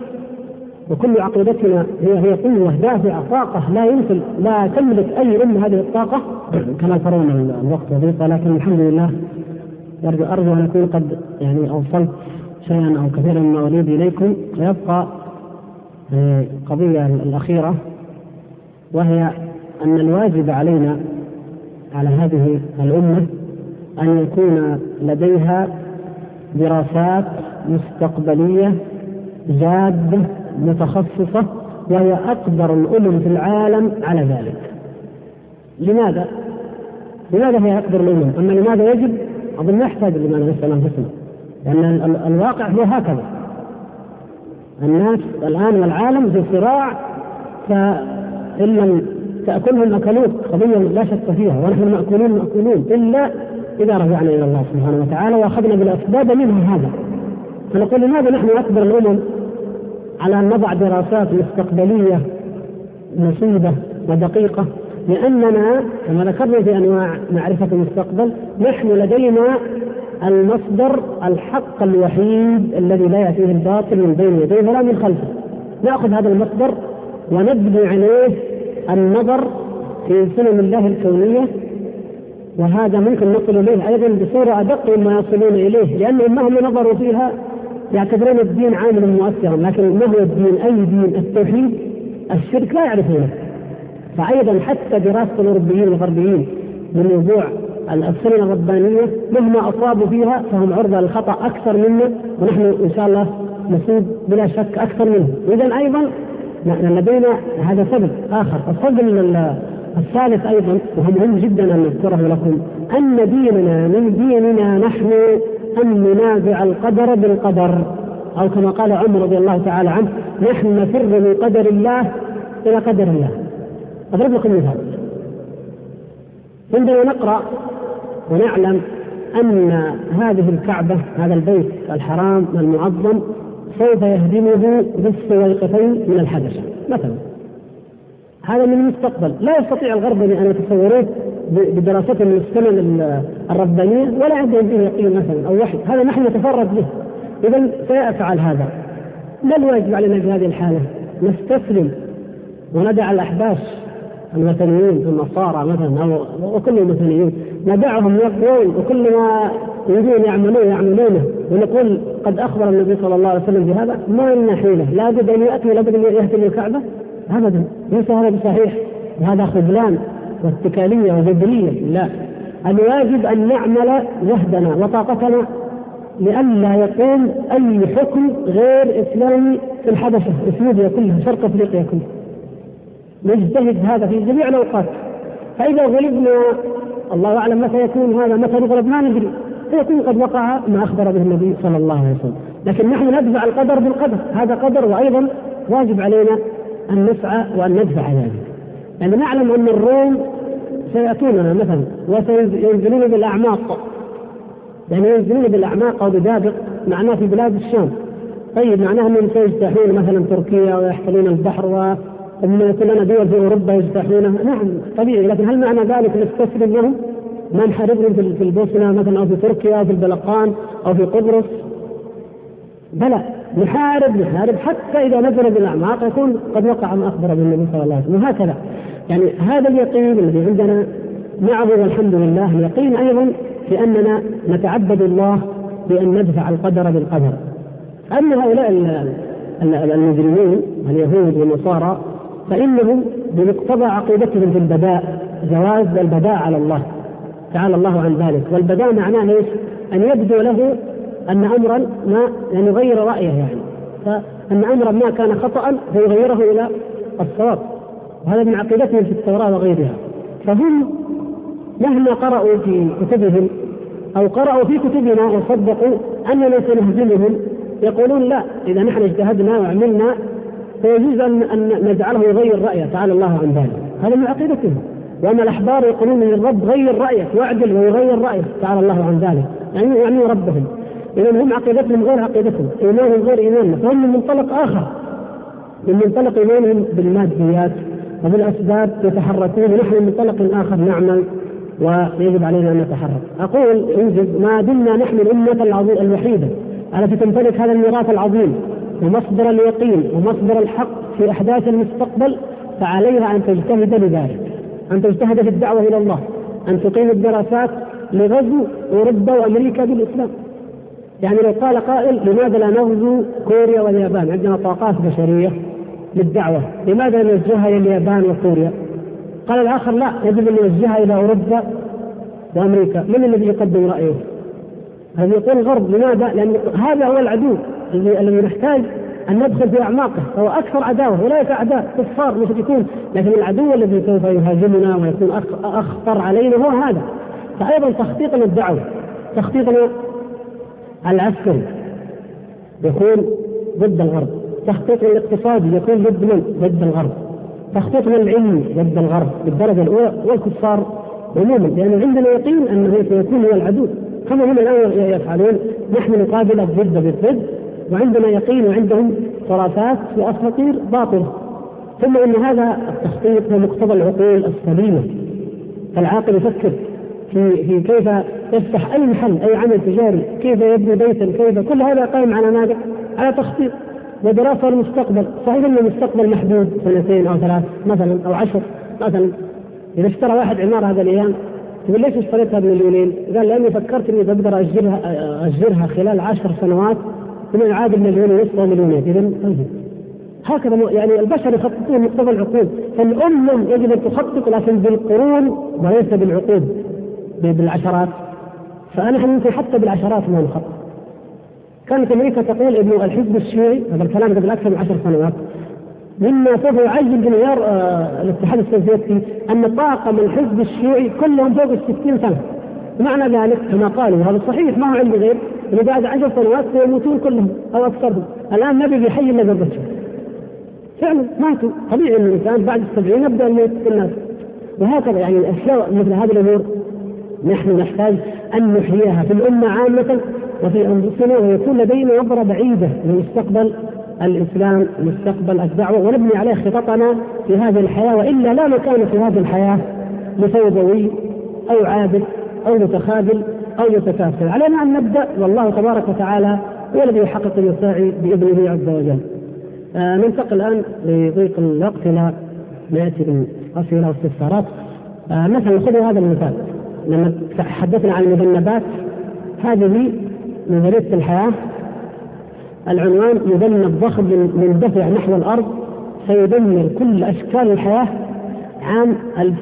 وكل عقيدتنا هي قوة دافعة طاقة لا تملك أي هذه الطاقة. كما ترون الوقت ضيق، لكن الحمد لله أرجو أن أكون قد يعني أوصلت شيئا أو كثيرا مما أريد إليكم. ويبقى القضية الأخيرة، وهي أن الواجب علينا على هذه الأمة أن يكون لديها دراسات مستقبلية جادة متخصصة، وهي أكبر الأمم في العالم على ذلك. لماذا هي أكبر الأمم؟ أما لماذا يجب؟ أظن ما يحتاج لماذا نسأل أنفسنا، لأن الواقع هو هكذا. الناس الآن والعالم في صراع، فإن لم تأكلهم أكلوك، قضية لا شك فيها، ونحن مأكولون إلا إذا رجعنا إلى الله سبحانه وتعالى وأخذنا بالأسباب منه هذا. فنقول لماذا نحن أكبر الأمم على أن نضع دراسات مستقبلية مصيبة ودقيقة؟ لأننا كما ذكرنا في أنواع معرفة المستقبل، نحن لدينا المصدر الحق الوحيد الذي لا يأتيه الباطل من بين يديه ولا من خلفه. نأخذ هذا المصدر ونبني عليه النظر في سنن الله الكونية، وهذا ممكن نصل إليه أيضا بصورة أدق مما يصلون إليه، لأنهم مهما نظروا فيها يعتبرون الدين عاملا مؤثرا، لكن ما هو الدين؟ أي دين؟ التوحيد، الشرك لا يعرفونه. فأيضا حتى دراسة الأوروبيين والغربيين بموضوع السنن الربانية مهما أصابوا فيها فهم عرضة للخطأ أكثر منا، ونحن إن شاء الله نصيب بلا شك أكثر منه. إذن أيضا لدينا هذا سبب آخر. السبب الثالث أيضا وهو مهم جدا أن نذكره لكم، أن ديننا من ديننا نحن أن ننازع القدر بالقدر، أو كما قال عمر رضي الله تعالى عنه: نحن نفر من قدر الله إلى قدر الله. أضرب لكم مثال. عندما نقرأ ونعلم أن هذه الكعبة، هذا البيت الحرام المعظم، سوف يهدمه بالسويقتين من الحبشة مثلا، هذا من المستقبل، لا يستطيع الغرب أن يتصوروه بدراستهم من السنن الربانية، ولا عندهم به يقين مثلا أو وحي، هذا نحن نتفرد به. إذن سيفعل هذا. ما الواجب علينا في هذه الحالة؟ نستسلم وندع الأحباش الوثنيين النصارى مثلا وكل المثنيين، ندعهم يقولون وكل ما يريدون يعملونه، ونقول قد أخبر النبي صلى الله عليه وسلم بهذا، ما لنا حيلة، لا بد أن يأتي ولا بد أن يهتم الكعبة أبدا، ليس هذا بصحيح، وهذا خذلان واتكالية وجبرية. لا، الواجب أن نعمل جهدنا وطاقتنا لئلا يقوم أي حكم غير إسلامي في الحبشة إثيوبيا كلها شرق أفريقيا كلها، نجتهد هذا في جميع الأوقات. فإذا غلبنا الله أعلم متى يكون هذا، متى نغلب ما ندري، سيكون قد وقع ما أخبر به النبي صلى الله عليه وسلم. لكن نحن ندفع القدر بالقدر، هذا قدر، وأيضا واجب علينا أن نسعى وأن ندفع ذلك. يعني نعلم أن الروم سيأتوننا مثلا وسينزلون بالأعماق، يعني ينزلون بالأعماق أو بدابق، معناه في بلاد الشام. طيب معناه أنهم سيجتاحون مثلا تركيا ويحتلون البحر، ومن يكون لنا دول في أوروبا يجتاحونه، نعم طبيعي. لكن هل معنى ذلك نستسلم لهم؟ ما نحاربهم في البوسنة مثلا أو في تركيا أو في البلقان أو في قبرص؟ بلى، نحارب حتى إذا نزل بالأعماق يكون قد وقع ما أخبر به النبي صلى الله عليه وسلم. وهكذا يعني هذا اليقين الذي عندنا معه والحمد لله. اليقين أيضا في أننا نتعبد الله بأن ندفع القدر بالقدر. أما هؤلاء المجرمين اليهود والنصارى فإنهم بمقتضى عقيدتهم في البداء جواز البداء على الله تعالى الله عن ذلك. والبداء معناه ايش؟ أن يبدو له أن أمرا ما يعني يغير رأيه، يعني فأن أمرا ما كان خطأ فيغيره إلى الصواب. وهذا من عقيدتهم في التوراة وغيرها. فهم مهما قرأوا في كتبهم أو قرأوا في كتبنا وصدقوا أننا سنهزمهم، يقولون لا، إذا نحن اجتهدنا وعملنا فيجوز أن نجعله يغير رأيه تعالى الله عن ذلك. هذا من عقيدتهم. وأما الأحبار يقولون أن الرب غير رأيه واعدل ويغير رأيه تعالى الله عن ذلك، يعني ربهم. إذن هم عقيدتهم غير عقيدتهم، إيمانهم غير إيماننا، فهم من منطلق آخر، من منطلق إيمانهم بالماديات وبالأسباب يتحركون، ونحن من منطلق آخر نعمل ويجب علينا أن نتحرك. أقول يجب ما دمنا نحن الأمة الوحيدة التي تمتلك هذا الميراث العظيم ومصدر اليقين ومصدر الحق في أحداث المستقبل، فعليها أن تجتهد لذلك، أن تجتهد في الدعوة إلى الله، أن تقيم الدراسات لغزو أوروبا وأمريكا بالإسلام. يعني لو قال قائل لماذا لا نغزو كوريا واليابان؟ عندنا طاقات بشرية للدعوة، لماذا نوجهها إلى اليابان وكوريا؟ قال الآخر لا، يجب أن نوجهها إلى أوروبا وأمريكا. من الذي يقدم رأيه؟ هذا يقول الغرب. لماذا؟ لأن هذا هو العدو الذي نحتاج أن ندخل في أعماقه، فهو أكثر عداوة، ولا أعداء كفار مشركون، لكن العدو الذي سوف يهاجمنا ويكون أخطر علينا هو هذا. فأيضا تخطيطنا الدعوة، تخطيطنا العسكري يكون ضد الغرب، تخطيطنا الاقتصادي يكون ضد الغرب، تخطيطنا العلمي ضد الغرب بالدرجة الأولى والكفار عموما، لأن عندنا يقين أنه سيكون هو العدو كما هم الآن يفعلون. نحن نقابل الضد بالضد، وعندنا يقين وعندهم خرافات وأساطير باطلة. ثم أن هذا التخطيط هو مقتضى العقول السليمة. فالعاقل يفكر في كيف يفتح أي محل، أي عمل تجاري، كيف يبني بيتا، كيف، كل هذا قائم على ماذا؟ على تخطيط ودراسة المستقبل. صحيح أن المستقبل محدود 2 أو 3 مثلا أو 10 مثلا. إذا اشترى واحد عمارة هذا الأيام تقول ليش اشتريتها بمليونين؟ قال لأني فكرت إني بقدر أجرها خلال 10 سنوات ثم يعادل 1.5 مليون أو مليونين. إذا هكذا يعني البشر يخططون مقتضى العقول. فالأمم يجب أن تخطط لكن بالقرون وليس بالعقود بالعشرات. فأنا ممكن حتى بالعشرات ما نخطط. كانت أمريكا تقول إنه الحزب الشيوعي، هذا الكلام قبل أكثر من 10 سنوات، مما سوف يعجل بمليار الاتحاد السوفيتي أن طاقم الحزب الشيوعي كلهم فوق 60 سنة. معنى ذلك كما قالوا هذا صحيح، ما هو عنده غير إذا بعد 10 سنوات سيموتون كلهم أو أكثرهم. الآن نبي بحي إلا قربتهم فعلا ماتوا. طبيعي أن الإنسان بعد 70 يبدأ يموت الناس. وهكذا يعني الأشياء مثل هذه الأمور نحن نحتاج أن نحييها في الأمة عامة وفي أنفسنا، ويكون لدينا نظرة بعيدة لمستقبل الإسلام، مستقبل الدعوة، ونبني عليه خططنا في هذه الحياة. وإلا لا مكان في هذه الحياة لفوضوي أو عابد أو متخاذل أو متكافل. علينا أن نبدأ، والله تبارك وتعالى هو الذي يحقق المساعي بإذنه عز وجل. ننتقل الآن لضيق الوقت إلى ما يأتي من أسئلة واستفسارات. مثلا خذوا هذا المثال، لما تحدثنا عن المذنبات هذه نظرية الحياة، العنوان مذنب ضخم مندفع نحو الأرض سيدمر كل أشكال الحياة عام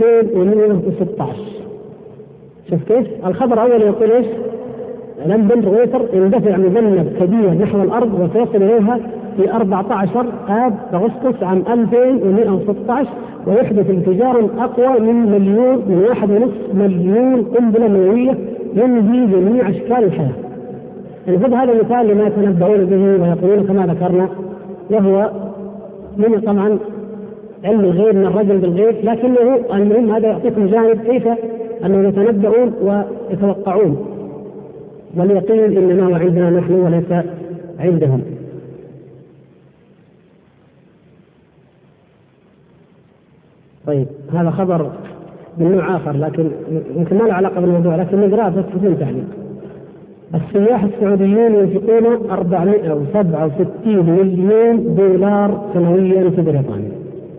2016. شوف كيف الخبر أول يقول إيش؟ لندن رويتر يندفع مذنب كبير نحو الأرض وسيصل إليها في 14 آب أغسطس عام 2116، ويحدث انفجار أقوى من 1.5 مليون قنبلة نووية ينهي جميع أشكال الحياة. يعني هذا مثال لما يتنبؤون به ويقولون كما ذكرنا، وهو من طبعا علم الغيب من الرجل بالغيب، لكنه المهم هذا يعطيكم جانب كيف أنهم يتنبؤون ويتوقعون، واليقين إنما هو عندنا نحن وليس عندهم. طيب هذا خبر من نوع آخر لكن يمكن ما له علاقة بالموضوع، لكن نقرأ بس بدون تعليق. السياح السعوديون ينفقون 467 مليون دولار سنويا في بريطانيا.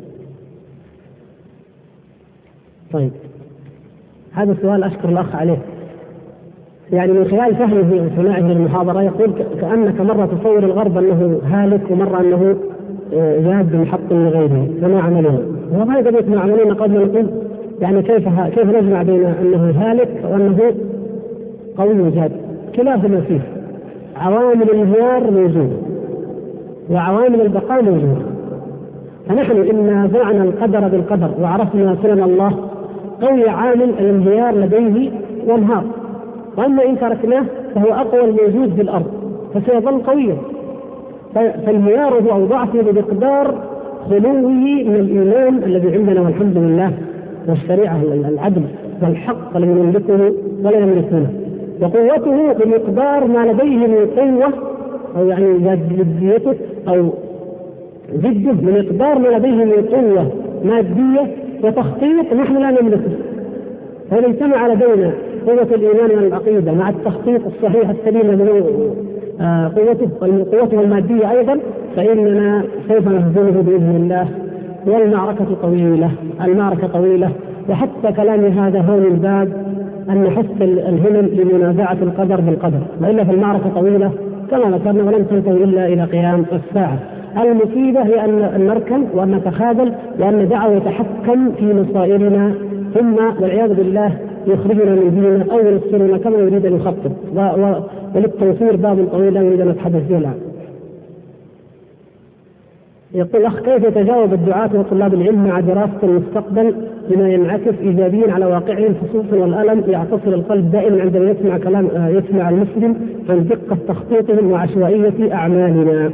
طيب هذا السؤال أشكر الأخ عليه، يعني من خلال فهمه وسماعه للمحاضرة يقول كأنك مرة تصور الغرب أنه هالك ومرة أنه جاد بمحط لغيره فما عملوه. وما قضية ما عملونا قبل نقول يعني كيف نجمع بين أنه هالك وأنه قوي جاد؟ كلاهما فيه عوامل الانهيار موجودة وعوامل البقاء موجودة. فنحن إن نازعنا القدر بالقدر وعرفنا سنن الله قوي عامل الانهيار لديه وانهار، وأما إن تركناه فهو أقوى الموجود في الأرض فسيظل قويا. فانهياره أو ضعفه بمقدار خلوه من الإيمان الذي عندنا والحمد لله، والشريعة العدل والحق الذي نملكه ولا يملكونه، وقوته بمقدار ما لديه من قوة أو يعني جديته أو جده بمقدار ما لديه من قوة مادية وتخطيط نحن لا نملكه. فإذا اجتمع لدينا قوة الإيمان والعقيدة مع التخطيط الصحيح السليم قوته المادية أيضا، فإننا سوف نهزمه بإذن الله. المعركة طويلة، وحتى كلامي هذا هو من باب أن نحث الهمم لمنازعة القدر بالقدر، وإلا فالمعركة طويلة كما ذكرنا ولن تنتهي إلا إلى قيام الساعة. المصيبة هي أن نركن وأن نتخاذل وأن ندعه يتحكم في مصائرنا، ثم والعياذ بالله يخرجنا من ديننا أو ينصرنا كما يريد أن يخطط. وللتوفير باب طويل لا نريد أن نتحدث فيه الآن. يقول الأخ كيف يتجاوب الدعاة وطلاب العلم مع دراسة المستقبل بما ينعكس إيجابيا على واقعهم، خصوصا والألم يعتصر القلب دائما عندما يسمع المسلم عن دقة تخطيطهم وعشوائية أعمالنا.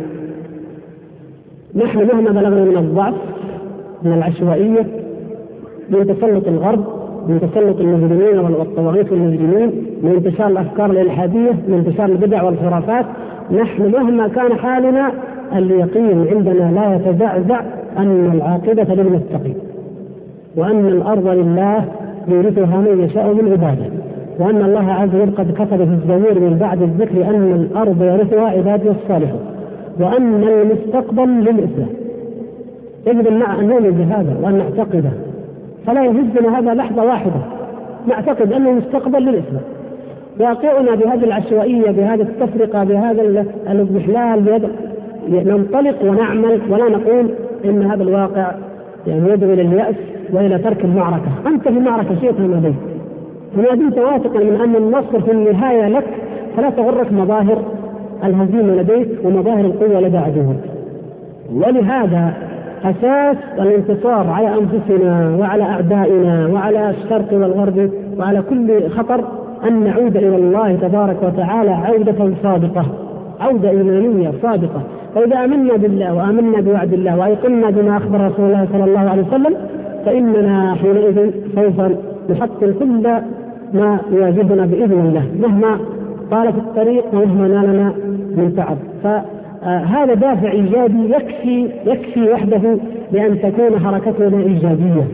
نحن مهما بلغنا من الضعف من العشوائية من تسلط الغرب، من تسلط المجرمين والطواغيت والمجرمين، من انتشار الأفكار الإلحادية، من انتشار البدع والخرافات، نحن مهما كان حالنا اليقين عندنا لا يتزعزع أن العاقبة للمتقين، وأن الأرض لله يورثها من يشاء من عباده، وأن الله عز وجل قد كتب في الزبور من بعد الذكر أن الأرض يرثها عباده الصالحون، وأن المستقبل للإسلام. يجب أن نؤمن بهذا وأن نعتقده، فلا يهزنا هذا لحظة واحدة، نعتقد أنه مستقبل للإسلام. واقعنا بهذه العشوائية، بهذه التفرقة، بهذا الاضمحلال، بهذا ننطلق ونعمل ولا نقول إن هذا الواقع يعني يدعو إلى اليأس وإلى ترك المعركة. أنت في معركة شئت أم أبيت، وما دمت واثقا من أن النصر في النهاية لك فلا تغرك مظاهر الهزيمة لديك ومظاهر القوة لدى عدوك. ولهذا أساس الانتصار على أنفسنا وعلى أعدائنا وعلى الشرق والغرب وعلى كل خطر أن نعود إلى الله تبارك وتعالى عودة صادقة، عودة إيمانية صادقة. فإذا آمنا بالله وآمنا بوعد الله وأيقنا بما أخبر رسول الله صلى الله عليه وسلم فإننا حينئذ سوف نحصل كل ما يواجهنا بإذن الله مهما طالت الطريق ومهما نالنا من تعب. فهذا دافع إيجابي يكفي وحده لأن تكون حركتنا إيجابية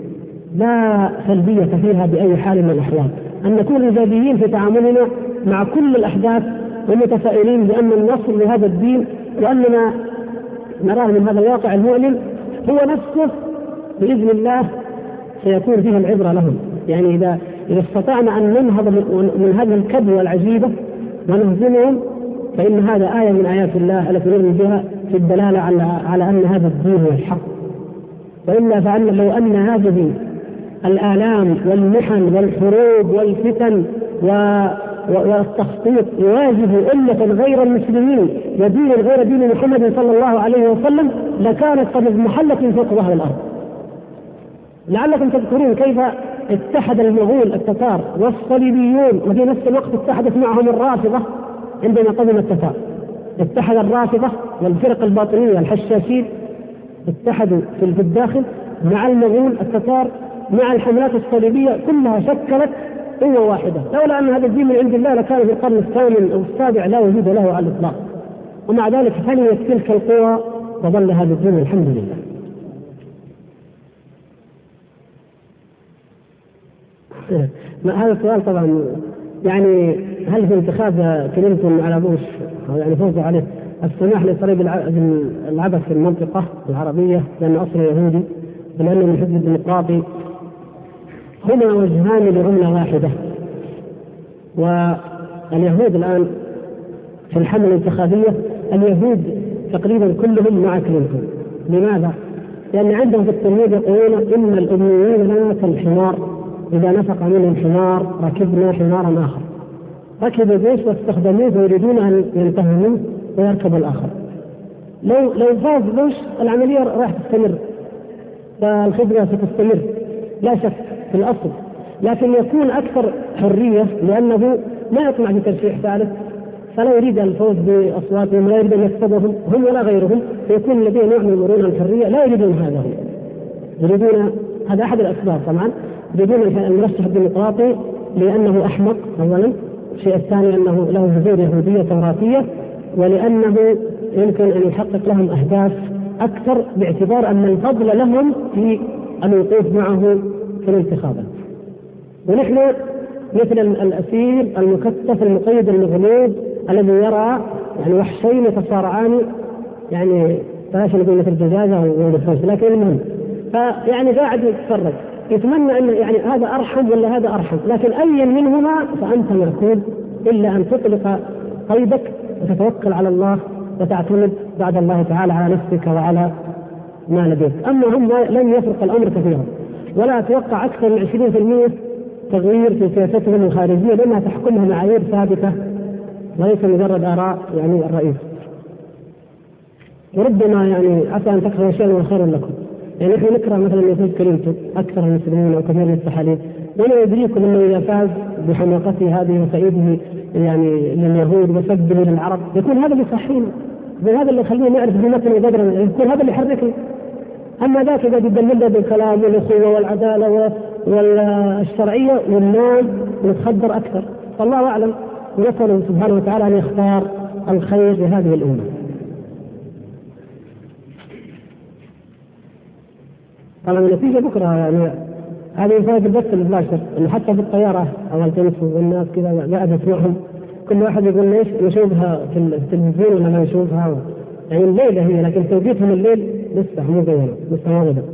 لا سلبية فيها بأي حال من الأحوال، أن نكون إيجابيين في تعاملنا مع كل الأحداث ومتفائلين بأن النصر لهذا الدين، وأننا نراه من هذا الواقع المؤلم هو نفسه بإذن الله سيكون فيها العبرة لهم. يعني إذا استطعنا أن ننهض من هذه الكبوة العجيبة ونهزمهم فإن هذا آية من آيات الله التي نؤمن بها في الدلالة على أن هذا الدين هو الحق. وإلا فأن لو أن هذه الآلام والمحن والحروب والفتن والتخطيط يواجه أمة غير المسلمين ودين غير دين محمد صلى الله عليه وسلم لكانت قد محلة فوق ظهر الأرض. لعلكم تذكرون كيف اتحد المغول التتار والصليبيون، وفي نفس الوقت اتحدت معهم الرافضة عندما قدم التتار. اتحد الرافضة والفرق الباطنية الحشاشين اتحدوا في الداخل مع المغول التتار مع الحملات الصليبية، كلها شكلت قوة واحدة. لولا أن هذا الدين من عند الله لكان في القرن الثامن أو السابع لا وجود له على الإطلاق، ومع ذلك فنيت تلك القوى وظل هذا الدين الحمد لله. هذا السؤال طبعا يعني هل في انتخاب كلينتون على بوش أو يعني فوز عليه السماح لإسرائيل بالعبث في المنطقة العربية لأن أصله يهودي ولأنه من الحزب الديمقراطي؟ هما وجهان لعملة واحدة، واليهود الآن في الحملة الانتخابية اليهود تقريبا كلهم مع كلينتون. لماذا؟ لأن عندهم في التلميذ يقولون إن الأميين لنا كالحمار، إذا نفق منه الحمار ركبنا حمارا آخر. ركبوا بوش واستخدموه ويريدون أن ينتهوا منه ويركب الآخر. لو فاز بوش العملية راح تستمر والخبرة ستستمر لا شك في الأصل، لكن يكون أكثر حرية لأنه لا يطمع في ترشيح ثالث، فلا يريد الفوز بأصواتهم، لا يريد أن يكسبهم هم ولا غيرهم، فيكون لديه نوع من المرونة الحرية. لا يريدون هذا، هم يريدون هذا أحد الأسباب طبعا، يريدون المرشح الديمقراطي لأنه أحمق أولا، الشيء الثاني أنه له جذور يهودية توراتية، ولأنه يمكن أن يحقق لهم أهداف أكثر باعتبار أن الفضل لهم في الوقوف معه في الانتخابات. ونحن مثل الأسير المكتف المقيد المغلوب الذي يرى يعني وحشين يتصارعان، يعني بلاش نقول مثل الدجاجة والفرس، لكن المهم فيعني قاعد يتفرج يتمنى أن يعني هذا أرحم ولا هذا أرحم، لكن أي منهما فأنت معقول إلا أن تطلق قيدك وتتوكل على الله وتعتمد بعد الله تعالى على نفسك وعلى ما لديك. أما هم لن يفرق الأمر كثيرا، ولا أتوقع أكثر من 20% تغيير في سياستهم الخارجية، لأنها تحكمها معايير ثابتة وليس مجرد آراء يعني الرئيس. وربما يعني عسى أن تكرهوا شيئا خيرا لكم، يعني نحن نكره مثلا يفوز كلينتون أكثر المسلمين أو كثير من التحاليل، ولا يدريكم أنه إذا فاز بحماقته هذه وتأييده يعني لليهود وسبه للعرب يكون هذا اللي يصحينا، وهذا اللي يخلينا نعرف قيمتنا وقدرنا، يكون هذا اللي يحركنا. أما ذاك قد يدللنا بالكلام والأخوة والعدالة والشرعية والناس ونتخدر أكثر. فالله أعلم، ونسأله سبحانه وتعالى أن يختار الخير لهذه الأمة. طبعا النتيجة بكرة يعني هذه فائدة البث المباشر، إنه حتى في الطيارة أول تنسوا والناس كذا قاعد يسمعهم، كل واحد يقول ليش يشوفها في التلفزيون ولا ما يشوفها، يعني الليلة هي لكن توقيتهم الليل لسه مو غيره، لسه ما غدا.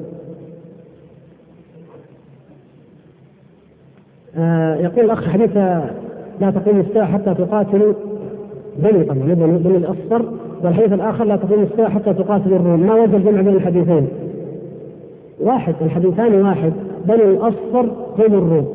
يقول الأخ حديث لا تقوم الساعة حتى تقاتلوا بني، طبعا بني الأصفر، والحديث الآخر لا تقوم الساعة حتى تقاتلوا الروم، ما وجه الجمع بين الحديثين؟ واحد، الحديثان واحد، بني الأصفر هم الروم،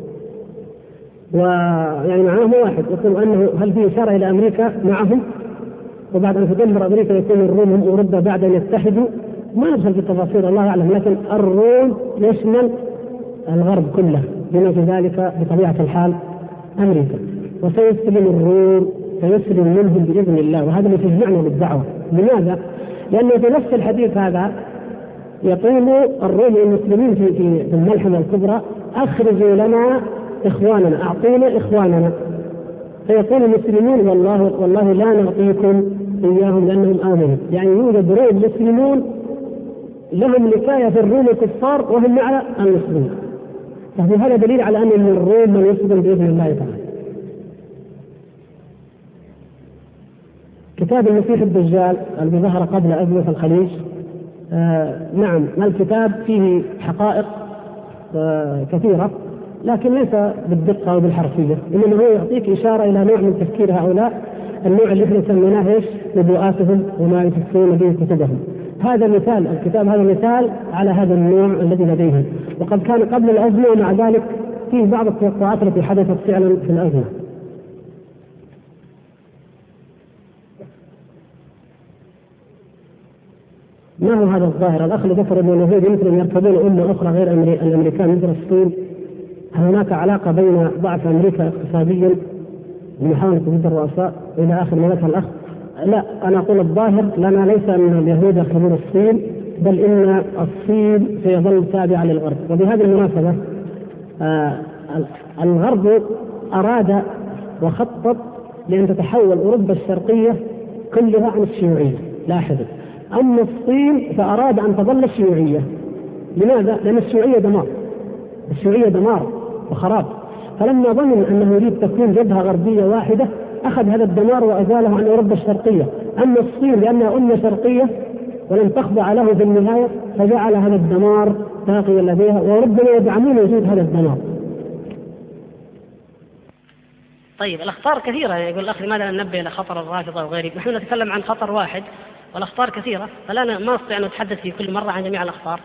ويعني معناه واحد. يقول أنه هل في إشارة إلى أمريكا معهم، وبعد أن تدمر أمريكا يكون الروم هم أوروبا بعد أن يتحدوا؟ ما ندخل في التفاصيل الله أعلم، لكن الروم يشمل الغرب كله بما في ذلك بطبيعة الحال أمريكا، وسيسلم الروم، سيسلم منهم بإذن الله، وهذا اللي تجمعنا بالدعوة. لماذا؟ لأنه في نفس الحديث هذا يقول الروم المسلمين في الملحمة الكبرى أخرجوا لنا إخواننا، أعطونا إخواننا، فيقول المسلمون والله لا نعطيكم إياهم لأنهم آمنوا. يعني يوجد روم مسلمون لهم نكاية في الروم الكفار وهم مع المسلمين، ففي هذا دليل على أن الروم من يسلم بإذن الله تعالى. كتاب المسيح الدجال الذي ظهر قبل أزمة الخليج، نعم الكتاب فيه حقائق كثيرة لكن ليس بالدقة وبالحرفية، إنما هو يعطيك إشارة إلى نوع من تفكير هؤلاء، النوع اللي احنا سميناه ايش؟ نبوءاتهم وما يفسرون به كتبهم. هذا مثال، الكتاب هذا مثال على هذا النوع الذي لديهم، وقد كان قبل الأزمة ومع ذلك فيه بعض التوقعات التي حدثت فعلا في الأزمة. ما هو هذا الظاهر؟ الأخ اللي ذكر أن اليهود يمكن أن يركبون أمة أخرى غير الأمريكان مثل الصين، هل هناك علاقة بين ضعف أمريكا اقتصاديا ومحاولة تجديد الرؤساء إلى آخر ما ذكر الأخ؟ لا، أنا أقول الظاهر لنا ليس أن اليهود يركبون الصين، بل إن الصين سيظل تابعة للغرب. وبهذه المناسبة الغرب أراد وخطط لأن تتحول أوروبا الشرقية كلها عن الشيوعية، لاحظوا. أما الصين فأراد أن تظل الشيوعية. لماذا؟ لأن الشيوعية دمار، الشيوعية دمار وخراب. فلما ظن أنه يريد تكون جبهة غربية واحدة أخذ هذا الدمار وأزاله عن أوروبا الشرقية. أما الصين لأنها أمة شرقية ولم تخضع له في النهاية فجعل هذا الدمار باقيا لديها، وربما يدعمون وجود هذا الدمار. طيب الأخطار كثيرة، يقول الأخ لماذا ننبه إلى خطر الرافضة وغيره؟ نحن نتكلم عن خطر واحد والأخطار كثيرة، فلا ما نستطيع أن نتحدث في كل مرة عن جميع الأخطار.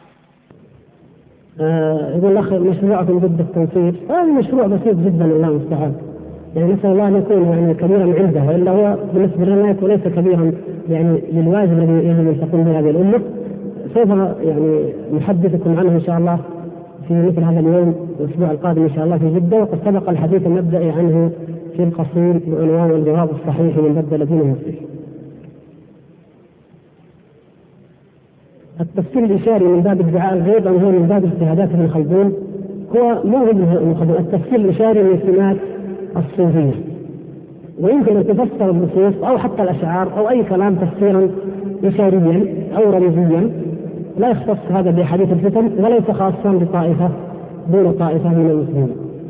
يقول الأخ مشروعكم ضد التنصير، هذا مشروع بسيط جدا الله المستعان، يعني نسأل الله أن يكون يعني كبيرا عنده، وإلا هو بالنسبة لنا يكون ليس كبيرا يعني للواجب الذي يجب أن تقوم به هذه الأمة. سوف يعني نحدثكم عنه إن شاء الله في مثل هذا اليوم الأسبوع القادم إن شاء الله في جدة، وقد سبق الحديث المبدئي عنه في القصير بعنوان الجواب الصحيح من بدل دينه المسلم. التفسير الإشاري من باب ادعاء الغيب أو هو من باب اجتهادات ابن خلدون؟ هو مو ابن خلدون، التفسير الإشاري من سمات الصوفية، ويمكن أن تفسر النصوص أو حتى الأشعار أو أي كلام تفسيرا إشاريا أو رمزيا، لا يختص هذا بحديث الفتن وليس خاصا بطائفة دون طائفة من المسلمين.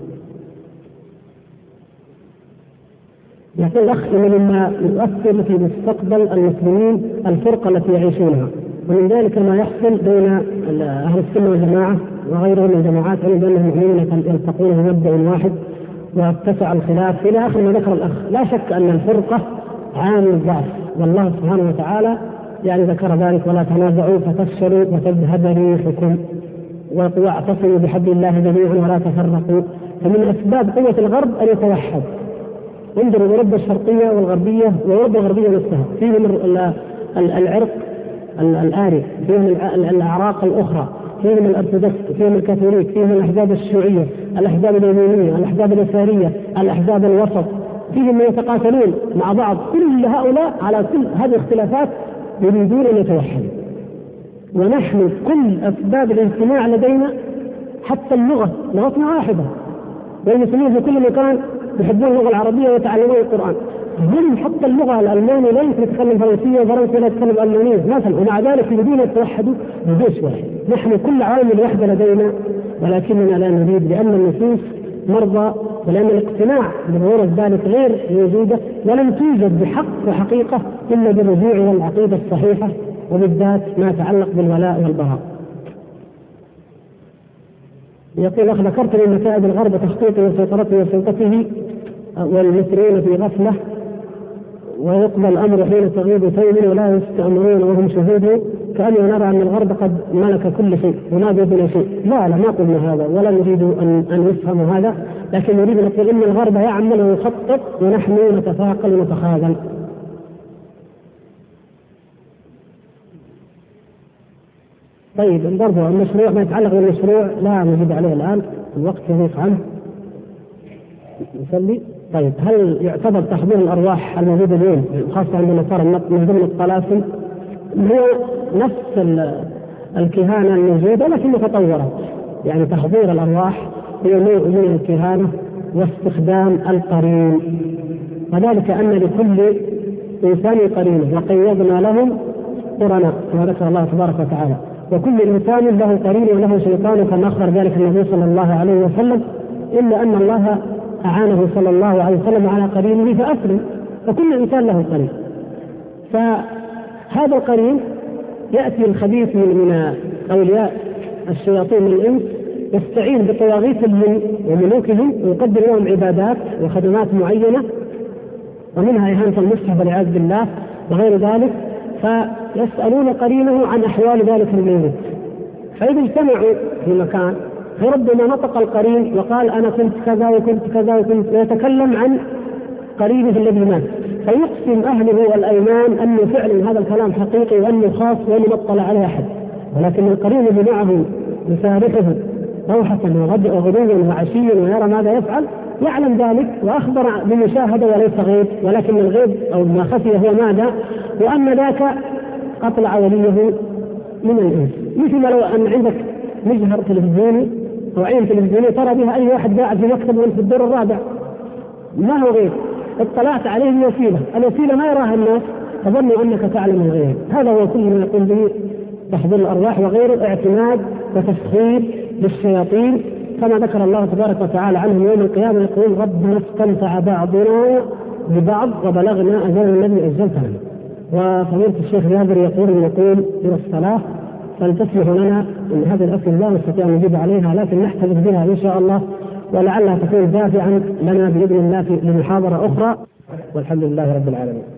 يقول الأخ إن مما يؤثر في مستقبل المسلمين الفرقة التي يعيشونها، ومن ذلك ما يحصل بين أهل السنة والجماعة وغيرهم من الجماعات، علم بأنهم مؤمنون يلتقون بمبدأ واحد واتسع الخلاف إلى آخر ما ذكر الأخ. لا شك أن الفرقة عامل ضعف، والله سبحانه وتعالى يعني ذكر ذلك: ولا تنازعوا فتفشلوا وتذهب ريحكم واعتصموا بحبل الله جميعا ولا تفرقوا. فمن أسباب قوة الغرب أن يتوحد. انظروا أوروبا الشرقية والغربية وأوروبا الغربية نفسها، فيهم العرق الآري، فيهم الأعراق الأخرى، فيهم الأرثوذكس، فيهم الكاثوليك، فيهم الأحزاب الشيوعية، الأحزاب اليمينية، الأحزاب اليسارية، الأحزاب الوسط، فيهم من يتقاتلون مع بعض. كل هؤلاء على كل هذه الاختلافات يريدون أن يتوحدوا. ونحن كل أسباب الاجتماع لدينا حتى اللغة، لغتنا واحدة، والمسلمين في كل مكان يحبون اللغة العربية ويتعلمون القرآن. هم حتى اللغة الألمانية لا يمكن يتكلم فرنسية وفرنسا لا يتكلم ألمانية مثلا، ومع ذلك يريدون يتوحدوا بجيش واحد. نحن كل عوامل واحدة لدينا، ولكننا لا نريد، لأن النفوس مرضى، ولأن الاقتناع بظهور ذلك غير موجودة، ولم توجد بحق وحقيقة إلا بالرجوع إلى العقيدة الصحيحة، وبالذات ما يتعلق بالولاء والبراء. يقول أخ: ذكرت من مكائد الغرب وتخطيطه وسيطرته وسلطته والمصريين في غفلة، ويقبل الأمر حين تغيب تيم ولا يستأمرون وهم شهود، كأننا نرى أن الغرب قد ملك كل شيء وما بيدنا شيء. لا ما قلنا هذا ولا نريد أن يفهم هذا، لكن نريد أن نقول إن الغرب يعمل ويخطط ونحن نتفاقل ونتخاذل. طيب برضو المشروع ما يتعلق بالمشروع لا نجيب عليه الآن، الوقت يضيق عنه نصلي. طيب هل يعتبر تحضير الأرواح الموجودة اليوم خاصة عند النصارى من ضمن الطلاسم؟ هو نفس الكهانة الموجودة لكن متطورة، يعني تحضير الأرواح هو نوع من الكهانة واستخدام القرين، وذلك أن لكل إنسان قرينه وقيضنا لهم قرناء كما ذكر الله تبارك وتعالى، وكل إنسان له قرين وله شيطان كما أخبر ذلك النبي صلى الله عليه وسلم، إلا أن الله أعانه صلى الله عليه وسلم على قرينه فأسلم، فكل إنسان له قرين. فهذا القرين يأتي الخبيث من أولياء الشياطين من الإنس يستعين بطواغيت وملوكهم ويقدم لهم عبادات وخدمات معينة، ومنها إهانة المصحف والعياذ بالله وغير ذلك، فيسألون قرينه عن أحوال ذلك المولود. فإذا اجتمعوا في مكان فربما نطق القرين وقال: أنا كنت كذا وكنت كذا وكنت، ويتكلم عن قرينه الذي مات فيقسم أهله الأيمان أنه فعلا هذا الكلام حقيقي وأنه خاص وأنه ما اطلع عليه أحد، ولكن القرين اللي معه يسارحه روحة وغدوا وعشيا ويرى ماذا يفعل يعلم ذلك وأخبر بمشاهدة وليس غيب، ولكن الغيب أو ما خفي هو ماذا؟ وأن ذاك أطلع وليه من الإنس. مثل لو أن عندك مجهر تلفزيوني أو عين تلفزيونية ترى بها أي واحد قاعد في مكتب في الدور الرابع، ما هو غيب، اطلعت عليه بوسيلة، الوسيلة ما يراها الناس تظن أنك تعلم الغيب. هذا هو كل ما يقوم به تحضير الأرواح وغيره، اعتماد وتسخير للشياطين كما ذكر الله تبارك وتعالى عنهم يوم القيامة يقول ربنا استمتع بعضنا ببعض وبلغنا أجلنا الذي أجلت لنا. وفضيلة الشيخ جابر يقول إلى الصلاة، فلتسمح لنا أن هذه الأسئلة لا نستطيع أن نجيب عليها لكن نحتفظ بها إن شاء الله ولعلها تكون دافعا لنا بإذن الله في محاضرة أخرى، والحمد لله رب العالمين.